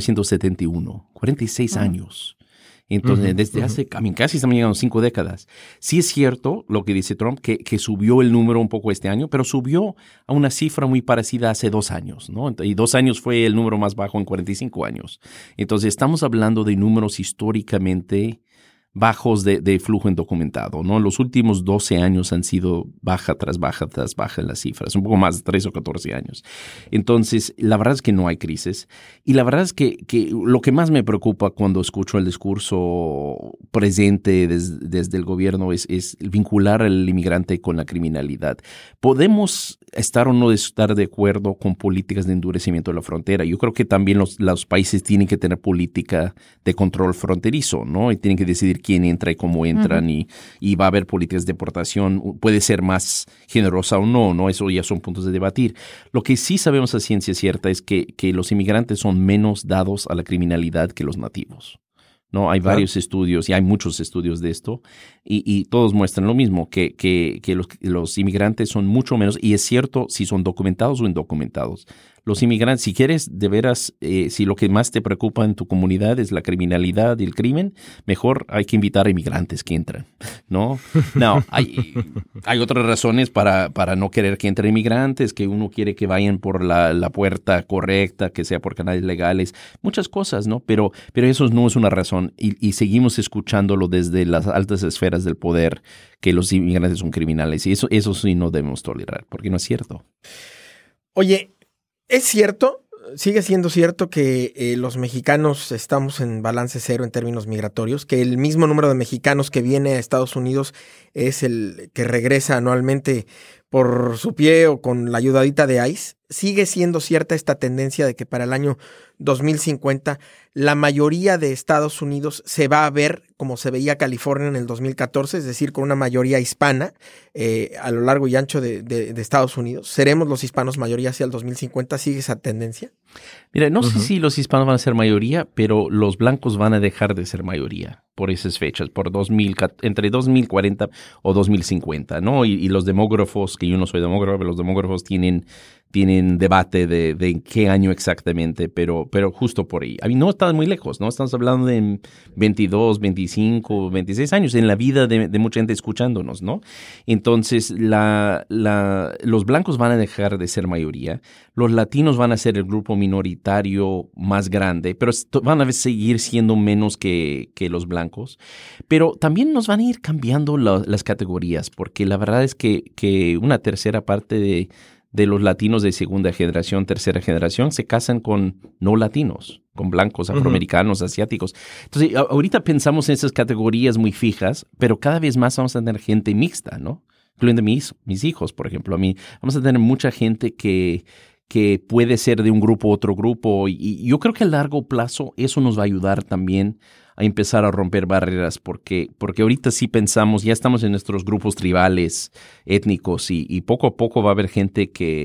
1971, 46 años. Entonces, desde hace casi estamos llegando a 5 décadas. Sí es cierto lo que dice Trump, que subió el número un poco este año, pero subió a una cifra muy parecida hace 2 años, ¿no? Y 2 años fue el número más bajo en 45 años. Entonces, estamos hablando de números históricamente bajos de flujo indocumentado, ¿no? Los últimos 12 años han sido baja tras baja en las cifras, un poco más de 13 o 14 años. Entonces, la verdad es que no hay crisis. Y la verdad es que lo que más me preocupa cuando escucho el discurso presente desde el gobierno es vincular al inmigrante con la criminalidad. Podemos estar o no estar de acuerdo con políticas de endurecimiento de la frontera. Yo creo que también los países tienen que tener política de control fronterizo, ¿no? Y tienen que decidir quién entra y cómo entran y va a haber políticas de deportación. Puede ser más generosa o no, ¿no? Eso ya son puntos de debatir. Lo que sí sabemos a ciencia cierta es que los inmigrantes son menos dados a la criminalidad que los nativos. ¿No? Hay varios estudios y hay muchos estudios de esto y todos muestran lo mismo, que los inmigrantes son mucho menos, y es cierto si son documentados o indocumentados. Los inmigrantes, si quieres de veras, si lo que más te preocupa en tu comunidad es la criminalidad y el crimen, mejor hay que invitar a inmigrantes que entren, ¿no? No, hay otras razones para no querer que entren inmigrantes, que uno quiere que vayan por la puerta correcta, que sea por canales legales, muchas cosas, ¿no? Pero eso no es una razón y seguimos escuchándolo desde las altas esferas del poder, que los inmigrantes son criminales, y eso sí no debemos tolerar, porque no es cierto. Oye, ¿es cierto? Sigue siendo cierto que los mexicanos estamos en balance cero en términos migratorios, que el mismo número de mexicanos que viene a Estados Unidos es el que regresa anualmente por su pie o con la ayudadita de ICE. Sigue siendo cierta esta tendencia de que para el año 2050 la mayoría de Estados Unidos se va a ver como se veía California en el 2014, es decir, con una mayoría hispana a lo largo y ancho de Estados Unidos. ¿Seremos los hispanos mayoría hacia el 2050? ¿Sigue esa tendencia? Mira, no sé si los hispanos van a ser mayoría, pero los blancos van a dejar de ser mayoría por esas fechas, entre 2040 o 2050, ¿no? Y los demógrafos, que yo no soy demógrafo, los demógrafos tienen debate de en qué año exactamente, pero justo por ahí. A mí no está muy lejos, ¿no? Estamos hablando de 22, 25, 26 años en la vida de mucha gente escuchándonos, ¿no? Entonces, los blancos van a dejar de ser mayoría, los latinos van a ser el grupo minoritario más grande, pero van a seguir siendo menos que los blancos. Pero también nos van a ir cambiando las categorías, porque la verdad es que una tercera parte de los latinos de segunda generación, tercera generación, se casan con no latinos, con blancos, afroamericanos, asiáticos. Entonces, ahorita pensamos en esas categorías muy fijas, pero cada vez más vamos a tener gente mixta, ¿no? Incluyendo mis hijos, por ejemplo. Vamos a tener mucha gente que puede ser de un grupo a otro grupo, y yo creo que a largo plazo eso nos va a ayudar también a empezar a romper barreras, porque ahorita sí pensamos, ya estamos en nuestros grupos tribales, étnicos, y poco a poco va a haber gente que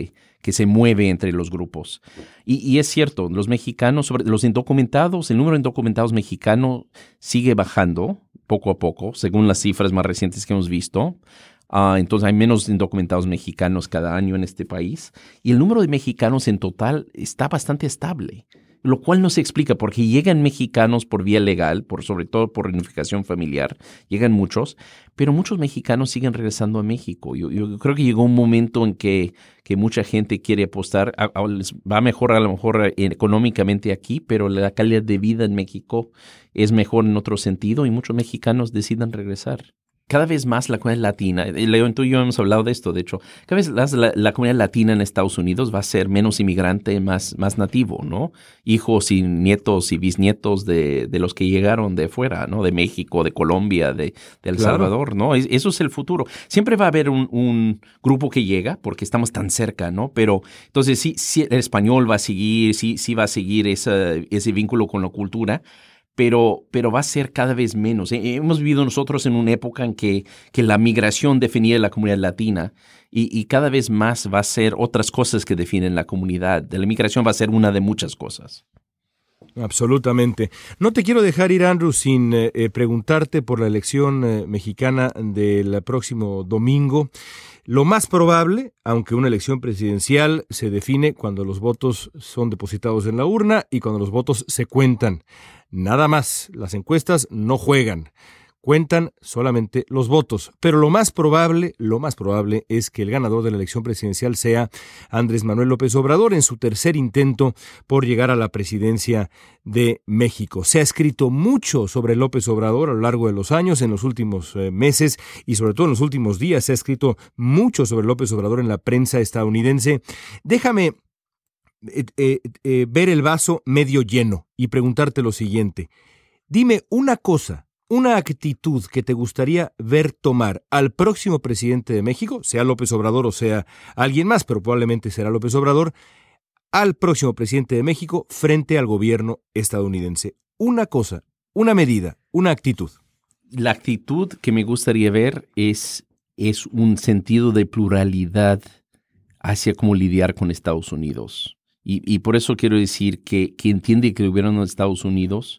se mueve entre los grupos. Y es cierto, los mexicanos, sobre los indocumentados, el número de indocumentados mexicanos sigue bajando poco a poco, según las cifras más recientes que hemos visto. Entonces hay menos indocumentados mexicanos cada año en este país. Y el número de mexicanos en total está bastante estable, lo cual no se explica porque llegan mexicanos por vía legal, sobre todo por reunificación familiar, llegan muchos, pero muchos mexicanos siguen regresando a México. Yo creo que llegó un momento en que mucha gente quiere apostar, les va mejor a lo mejor económicamente aquí, pero la calidad de vida en México es mejor en otro sentido y muchos mexicanos deciden regresar. Cada vez más la comunidad latina, León, tú y yo hemos hablado de esto, de hecho, cada vez más la comunidad latina en Estados Unidos va a ser menos inmigrante, más nativo, ¿no? Hijos y nietos y bisnietos de los que llegaron de fuera, ¿no? De México, de Colombia, de El Salvador, ¿no? Eso es el futuro. Siempre va a haber un grupo que llega porque estamos tan cerca, ¿no? Pero entonces sí el español va a seguir, sí va a seguir ese vínculo con la cultura, pero va a ser cada vez menos. Hemos vivido nosotros en una época en que la migración definía la comunidad latina y cada vez más va a ser otras cosas que definen la comunidad. La migración va a ser una de muchas cosas. Absolutamente. No te quiero dejar ir, Andrew, sin preguntarte por la elección mexicana del próximo domingo. Lo más probable, aunque una elección presidencial se define cuando los votos son depositados en la urna y cuando los votos se cuentan. Nada más, las encuestas no juegan, cuentan solamente los votos. Pero lo más probable es que el ganador de la elección presidencial sea Andrés Manuel López Obrador en su tercer intento por llegar a la presidencia de México. Se ha escrito mucho sobre López Obrador a lo largo de los años, en los últimos meses y sobre todo en los últimos días se ha escrito mucho sobre López Obrador en la prensa estadounidense. Déjame ver el vaso medio lleno y preguntarte lo siguiente. Dime una cosa, una actitud que te gustaría ver tomar al próximo presidente de México, sea López Obrador o sea alguien más, pero probablemente será López Obrador, al próximo presidente de México frente al gobierno estadounidense. Una cosa, una medida, una actitud. La actitud que me gustaría ver es un sentido de pluralidad hacia cómo lidiar con Estados Unidos. Y por eso quiero decir que entiende que el gobierno de Estados Unidos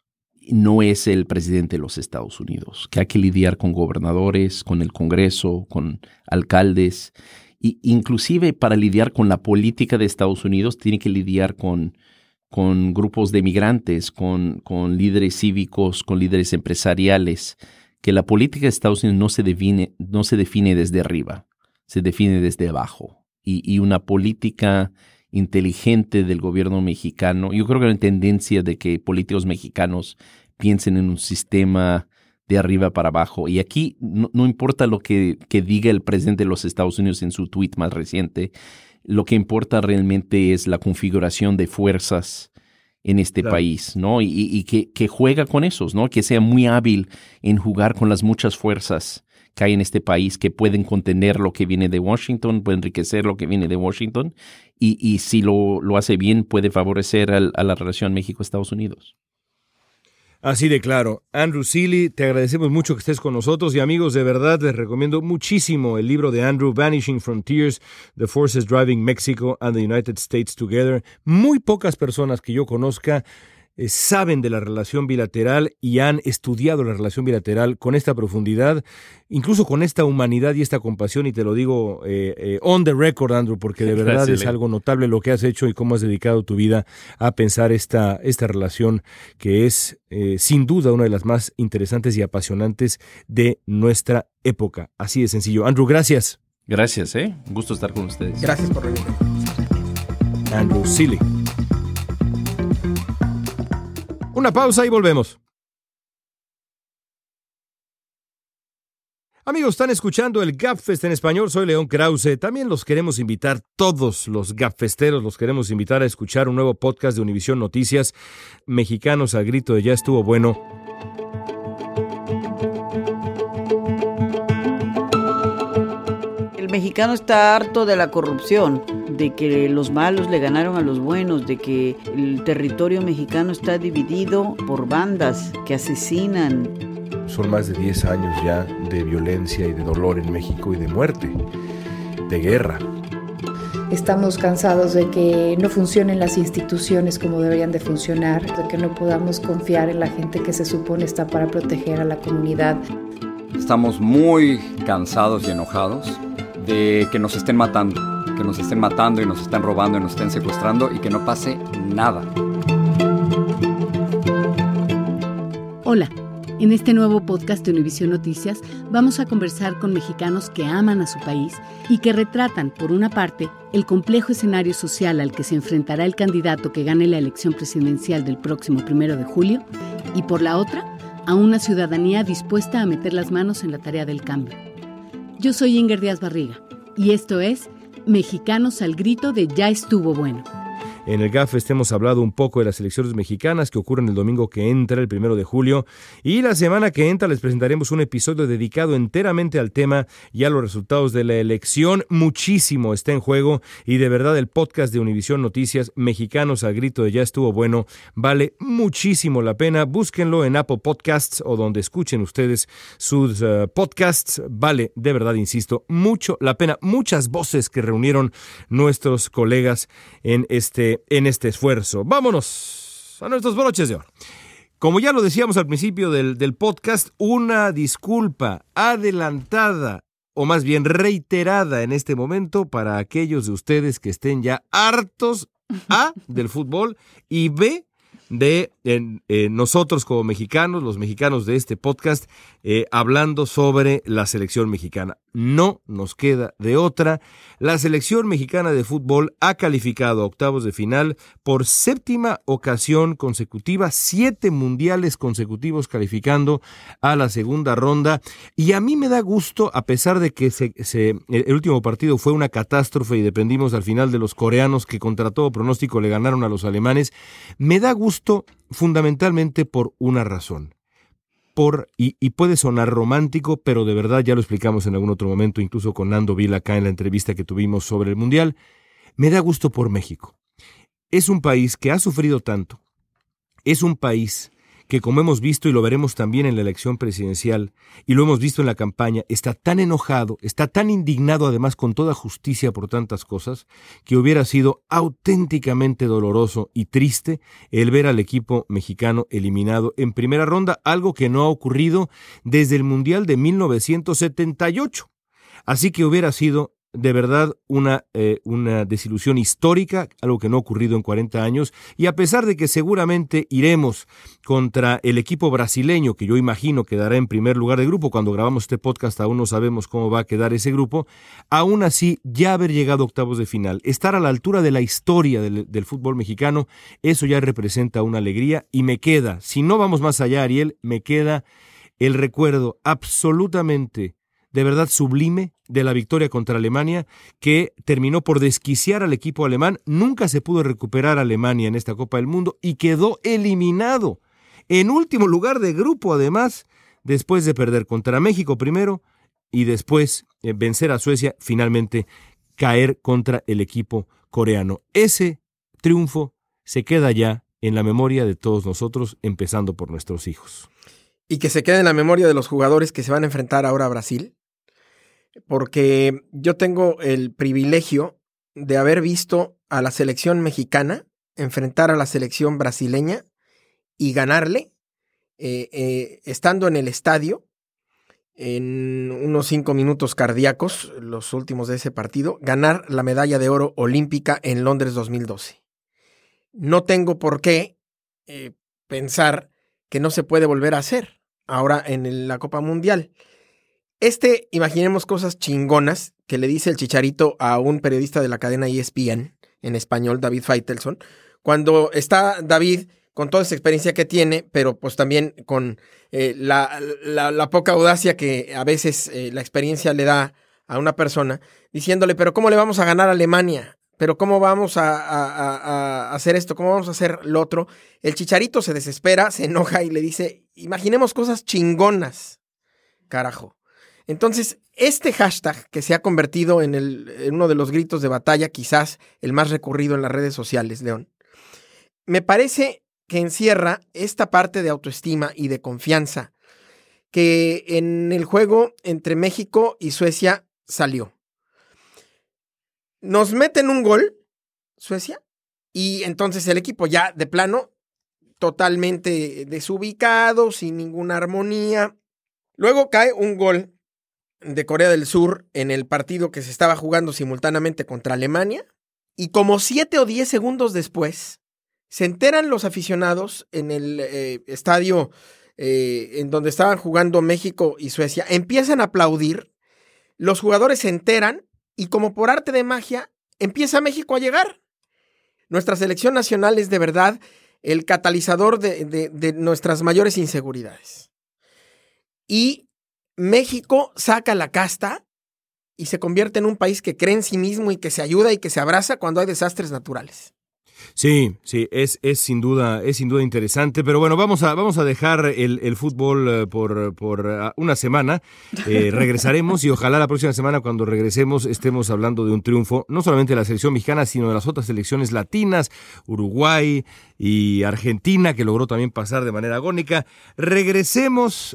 no es el presidente de los Estados Unidos, que hay que lidiar con gobernadores, con el Congreso, con alcaldes, e inclusive para lidiar con la política de Estados Unidos tiene que lidiar con grupos de migrantes, con líderes cívicos, con líderes empresariales, que la política de Estados Unidos no se define desde arriba, se define desde abajo. Y una política inteligente del gobierno mexicano. Yo creo que hay una tendencia de que políticos mexicanos piensen en un sistema de arriba para abajo. Y aquí no importa lo que diga el presidente de los Estados Unidos en su tuit más reciente, lo que importa realmente es la configuración de fuerzas en este país, ¿no? Y que juega con esos, ¿no? Que sea muy hábil en jugar con las muchas fuerzas que hay en este país que pueden contener lo que viene de Washington, pueden enriquecer lo que viene de Washington y si lo hace bien puede favorecer a la relación México-Estados Unidos. Así de claro. Andrew Seeley, te agradecemos mucho que estés con nosotros y amigos, de verdad les recomiendo muchísimo el libro de Andrew, Vanishing Frontiers, The Forces Driving Mexico and the United States Together. Muy pocas personas que yo conozca saben de la relación bilateral y han estudiado la relación bilateral con esta profundidad, incluso con esta humanidad y esta compasión, y te lo digo on the record, Andrew, porque de verdad es algo notable lo que has hecho y cómo has dedicado tu vida a pensar esta relación que es sin duda una de las más interesantes y apasionantes de nuestra época. Así de sencillo. Andrew, gracias. Gracias, un gusto estar con ustedes. Gracias por venir. Andrew Seeley. Una pausa y volvemos. Amigos, están escuchando el Gabfest en español. Soy León Krause. También los queremos invitar, todos los Gabfesteros, los queremos invitar a escuchar un nuevo podcast de Univisión Noticias, Mexicanos al Grito de Ya Estuvo Bueno. El mexicano está harto de la corrupción, de que los malos le ganaron a los buenos, de que el territorio mexicano está dividido por bandas que asesinan. Son más de 10 años ya de violencia y de dolor en México y de muerte, de guerra. Estamos cansados de que no funcionen las instituciones como deberían de funcionar, de que no podamos confiar en la gente que se supone está para proteger a la comunidad. Estamos muy cansados y enojados de que nos estén matando y nos estén robando y nos estén secuestrando y que no pase nada. Hola, en este nuevo podcast de Univisión Noticias vamos a conversar con mexicanos que aman a su país y que retratan, por una parte, el complejo escenario social al que se enfrentará el candidato que gane la elección presidencial del próximo 1 de julio y, por la otra, a una ciudadanía dispuesta a meter las manos en la tarea del cambio. Yo soy Inger Díaz Barriga y esto es Mexicanos al grito de Ya estuvo bueno. En el GAFEST hemos hablado un poco de las elecciones mexicanas que ocurren el domingo que entra, el 1 de julio, y la semana que entra les presentaremos un episodio dedicado enteramente al tema y a los resultados de la elección. Muchísimo está en juego y de verdad el podcast de Univisión Noticias, Mexicanos al grito de Ya estuvo bueno, vale muchísimo la pena. Búsquenlo en Apple Podcasts o donde escuchen ustedes sus podcasts. Vale, de verdad, insisto, mucho la pena. Muchas voces que reunieron nuestros colegas en este esfuerzo. Vámonos a nuestros broches de oro. Como ya lo decíamos al principio del podcast, una disculpa adelantada, o más bien reiterada en este momento, para aquellos de ustedes que estén ya hartos, A, del fútbol, y B, de nosotros como mexicanos, los mexicanos de este podcast, hablando sobre la selección mexicana. No nos queda de otra. La selección mexicana de fútbol ha calificado a octavos de final por 7ª ocasión consecutiva, 7 mundiales consecutivos calificando a la segunda ronda. Y a mí me da gusto, a pesar de que el último partido fue una catástrofe y dependimos al final de los coreanos que contra todo pronóstico le ganaron a los alemanes, me da gusto fundamentalmente por una razón. Y puede sonar romántico, pero de verdad ya lo explicamos en algún otro momento, incluso con Nando Vila acá en la entrevista que tuvimos sobre el Mundial. Me da gusto por México. Es un país que ha sufrido tanto. Es un país que, como hemos visto y lo veremos también en la elección presidencial, y lo hemos visto en la campaña, está tan enojado, está tan indignado además con toda justicia por tantas cosas, que hubiera sido auténticamente doloroso y triste el ver al equipo mexicano eliminado en primera ronda, algo que no ha ocurrido desde el Mundial de 1978. Así que hubiera sido de verdad una desilusión histórica, algo que no ha ocurrido en 40 años, y a pesar de que seguramente iremos contra el equipo brasileño, que yo imagino quedará en primer lugar de grupo, cuando grabamos este podcast aún no sabemos cómo va a quedar ese grupo, aún así ya haber llegado a octavos de final, estar a la altura de la historia del fútbol mexicano, eso ya representa una alegría, y me queda, si no vamos más allá, Ariel, me queda el recuerdo absolutamente de verdad sublime de la victoria contra Alemania, que terminó por desquiciar al equipo alemán. Nunca se pudo recuperar a Alemania en esta Copa del Mundo y quedó eliminado en último lugar de grupo, además, después de perder contra México primero y después vencer a Suecia, finalmente caer contra el equipo coreano. Ese triunfo se queda ya en la memoria de todos nosotros, empezando por nuestros hijos. Y que se quede en la memoria de los jugadores que se van a enfrentar ahora a Brasil, porque yo tengo el privilegio de haber visto a la selección mexicana enfrentar a la selección brasileña y ganarle, estando en el estadio, en unos 5 minutos cardíacos, los últimos de ese partido, ganar la medalla de oro olímpica en Londres 2012. No tengo por qué pensar que no se puede volver a hacer ahora en la Copa Mundial. Imaginemos cosas chingonas que le dice el Chicharito a un periodista de la cadena ESPN, en español, David Faitelson, cuando está David con toda esa experiencia que tiene, pero pues también con la poca audacia que a veces la experiencia le da a una persona, diciéndole, pero ¿cómo le vamos a ganar a Alemania? ¿Pero cómo vamos a hacer esto? ¿Cómo vamos a hacer lo otro? El Chicharito se desespera, se enoja y le dice, imaginemos cosas chingonas, carajo. Entonces, este hashtag que se ha convertido en uno de los gritos de batalla, quizás el más recurrido en las redes sociales, León, me parece que encierra esta parte de autoestima y de confianza que en el juego entre México y Suecia salió. Nos meten un gol, Suecia, y entonces el equipo ya de plano, totalmente desubicado, sin ninguna armonía. Luego cae un gol de Corea del Sur en el partido que se estaba jugando simultáneamente contra Alemania, y como 7 o 10 segundos después, se enteran los aficionados en el estadio en donde estaban jugando México y Suecia, empiezan a aplaudir, los jugadores se enteran y como por arte de magia empieza México a llegar. Nuestra selección nacional es de verdad el catalizador de nuestras mayores inseguridades. Y México saca la casta y se convierte en un país que cree en sí mismo y que se ayuda y que se abraza cuando hay desastres naturales. Sí, es sin duda interesante, pero bueno, vamos a dejar el fútbol por una semana, regresaremos y ojalá la próxima semana cuando regresemos estemos hablando de un triunfo, no solamente de la selección mexicana, sino de las otras selecciones latinas, Uruguay y Argentina, que logró también pasar de manera agónica. Regresemos,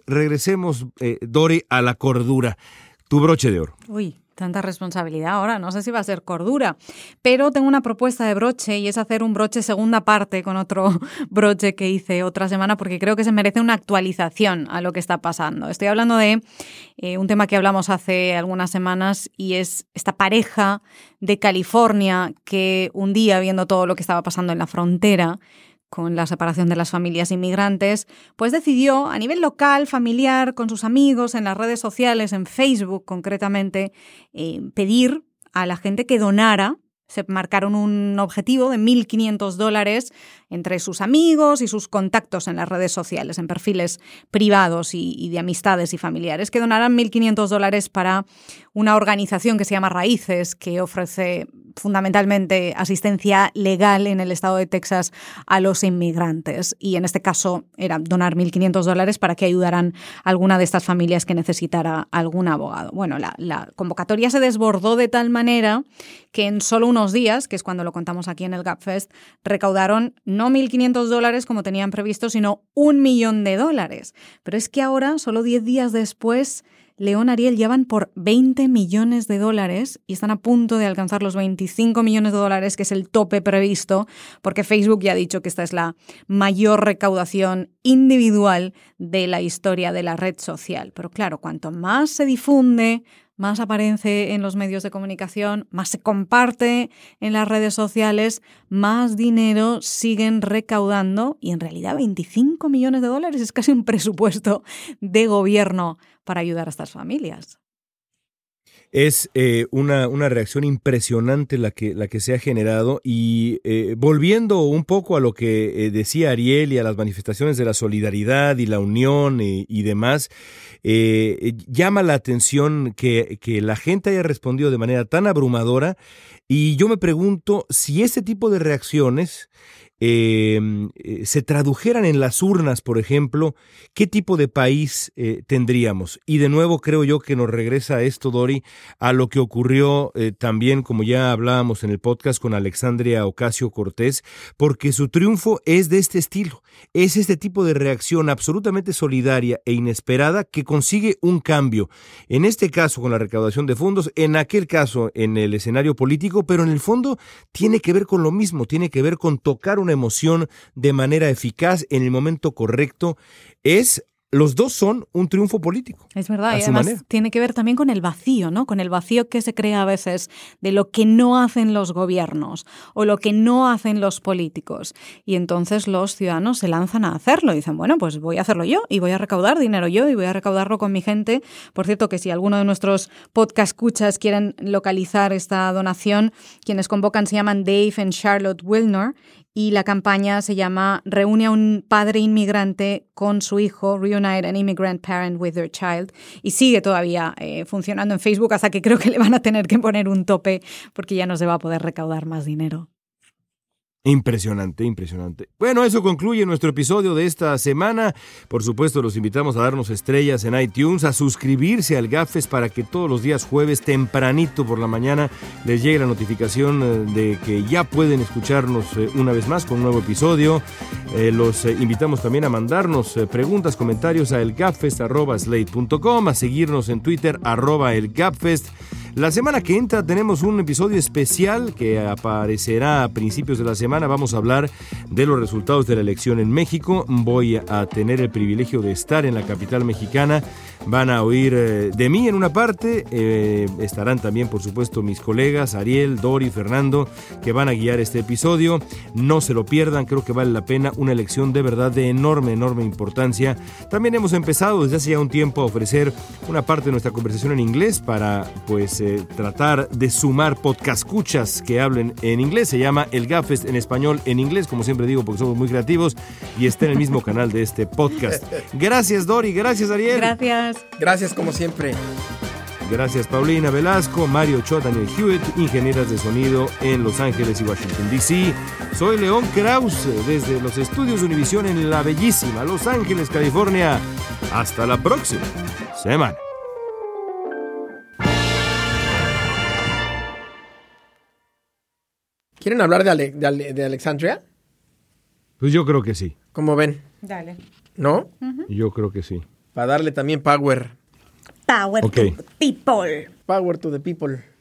Dori, a la cordura. Tu broche de oro. Uy. Tanta responsabilidad ahora, no sé si va a ser cordura, pero tengo una propuesta de broche y es hacer un broche segunda parte con otro broche que hice otra semana porque creo que se merece una actualización a lo que está pasando. Estoy hablando de un tema que hablamos hace algunas semanas y es esta pareja de California que un día, viendo todo lo que estaba pasando en la frontera, con la separación de las familias inmigrantes, pues decidió a nivel local, familiar, con sus amigos, en las redes sociales, en Facebook concretamente, pedir a la gente que donara. Se marcaron un objetivo de $1.500 entre sus amigos y sus contactos en las redes sociales, en perfiles privados y de amistades y familiares, que donaran $1.500 para una organización que se llama Raíces, que ofrece fundamentalmente asistencia legal en el estado de Texas a los inmigrantes. Y en este caso era donar $1.500 para que ayudaran a alguna de estas familias que necesitara algún abogado. Bueno, la convocatoria se desbordó de tal manera que en solo unos días, que es cuando lo contamos aquí en el Gabfest, recaudaron no $1.500 como tenían previsto, sino $1 millón. Pero es que ahora, solo 10 días después, León, Ariel, ya van por $20 millones y están a punto de alcanzar los $25 millones, que es el tope previsto, porque Facebook ya ha dicho que esta es la mayor recaudación individual de la historia de la red social. Pero claro, cuanto más se difunde, más aparece en los medios de comunicación, más se comparte en las redes sociales, más dinero siguen recaudando y en realidad $25 millones es casi un presupuesto de gobierno para ayudar a estas familias. Es una reacción impresionante la que se ha generado y volviendo un poco a lo que decía Ariel y a las manifestaciones de la solidaridad y la unión y demás, llama la atención que la gente haya respondido de manera tan abrumadora y yo me pregunto si ese tipo de reacciones se tradujeran en las urnas, por ejemplo, ¿qué tipo de país tendríamos? Y de nuevo creo yo que nos regresa esto, Dori, a lo que ocurrió también, como ya hablábamos en el podcast, con Alexandria Ocasio-Cortez, porque su triunfo es de este estilo, es este tipo de reacción absolutamente solidaria e inesperada que consigue un cambio, en este caso con la recaudación de fondos, en aquel caso en el escenario político, pero en el fondo tiene que ver con lo mismo, tiene que ver con tocar una emoción de manera eficaz en el momento correcto. Los dos son un triunfo político. Es verdad, y además tiene que ver también con el vacío, ¿no? Con el vacío que se crea a veces de lo que no hacen los gobiernos o lo que no hacen los políticos. Y entonces los ciudadanos se lanzan a hacerlo y dicen, bueno, pues voy a hacerlo yo y voy a recaudar dinero yo y voy a recaudarlo con mi gente. Por cierto, que si alguno de nuestros podcast escuchas quieren localizar esta donación, quienes convocan se llaman Dave and Charlotte Wilner y la campaña se llama Reúne a un padre inmigrante con su hijo, Reunite an Immigrant Parent with Their Child, y sigue todavía funcionando en Facebook hasta que creo que le van a tener que poner un tope porque ya no se va a poder recaudar más dinero. Impresionante, impresionante. Bueno, eso concluye nuestro episodio de esta semana. Por supuesto, los invitamos a darnos estrellas en iTunes, a suscribirse al Gabfest para que todos los días jueves, tempranito por la mañana, les llegue la notificación de que ya pueden escucharnos una vez más con un nuevo episodio. Los invitamos también a mandarnos preguntas, comentarios a elgabfest@slate.com, a seguirnos en Twitter @elgabfest. La semana que entra tenemos un episodio especial que aparecerá a principios de la semana. Vamos a hablar de los resultados de la elección en México. Voy a tener el privilegio de estar en la capital mexicana. Van a oír de mí en una parte. Estarán también, por supuesto, mis colegas Ariel, Dori, Fernando, que van a guiar este episodio. No se lo pierdan, creo que vale la pena. Una elección de verdad de enorme importancia. También hemos empezado desde hace ya un tiempo a ofrecer una parte de nuestra conversación en inglés para tratar de sumar podcastcuchas que hablen en inglés. Se llama El Gabfest en español en inglés, como siempre digo, porque somos muy creativos, y está en el mismo canal de este podcast. Gracias, Dori, gracias, Ariel. Gracias como siempre. Gracias, Paulina Velasco, Mario Cho, Daniel Hewitt, ingenieras de sonido en Los Ángeles y Washington, D.C. Soy León Krause, desde los estudios de Univisión en la bellísima Los Ángeles, California. Hasta la próxima semana. ¿Quieren hablar de Alexandria? Pues yo creo que sí. ¿Cómo ven? Dale. ¿No? Yo creo que sí. Para darle también power. Power to the people. Power to the people.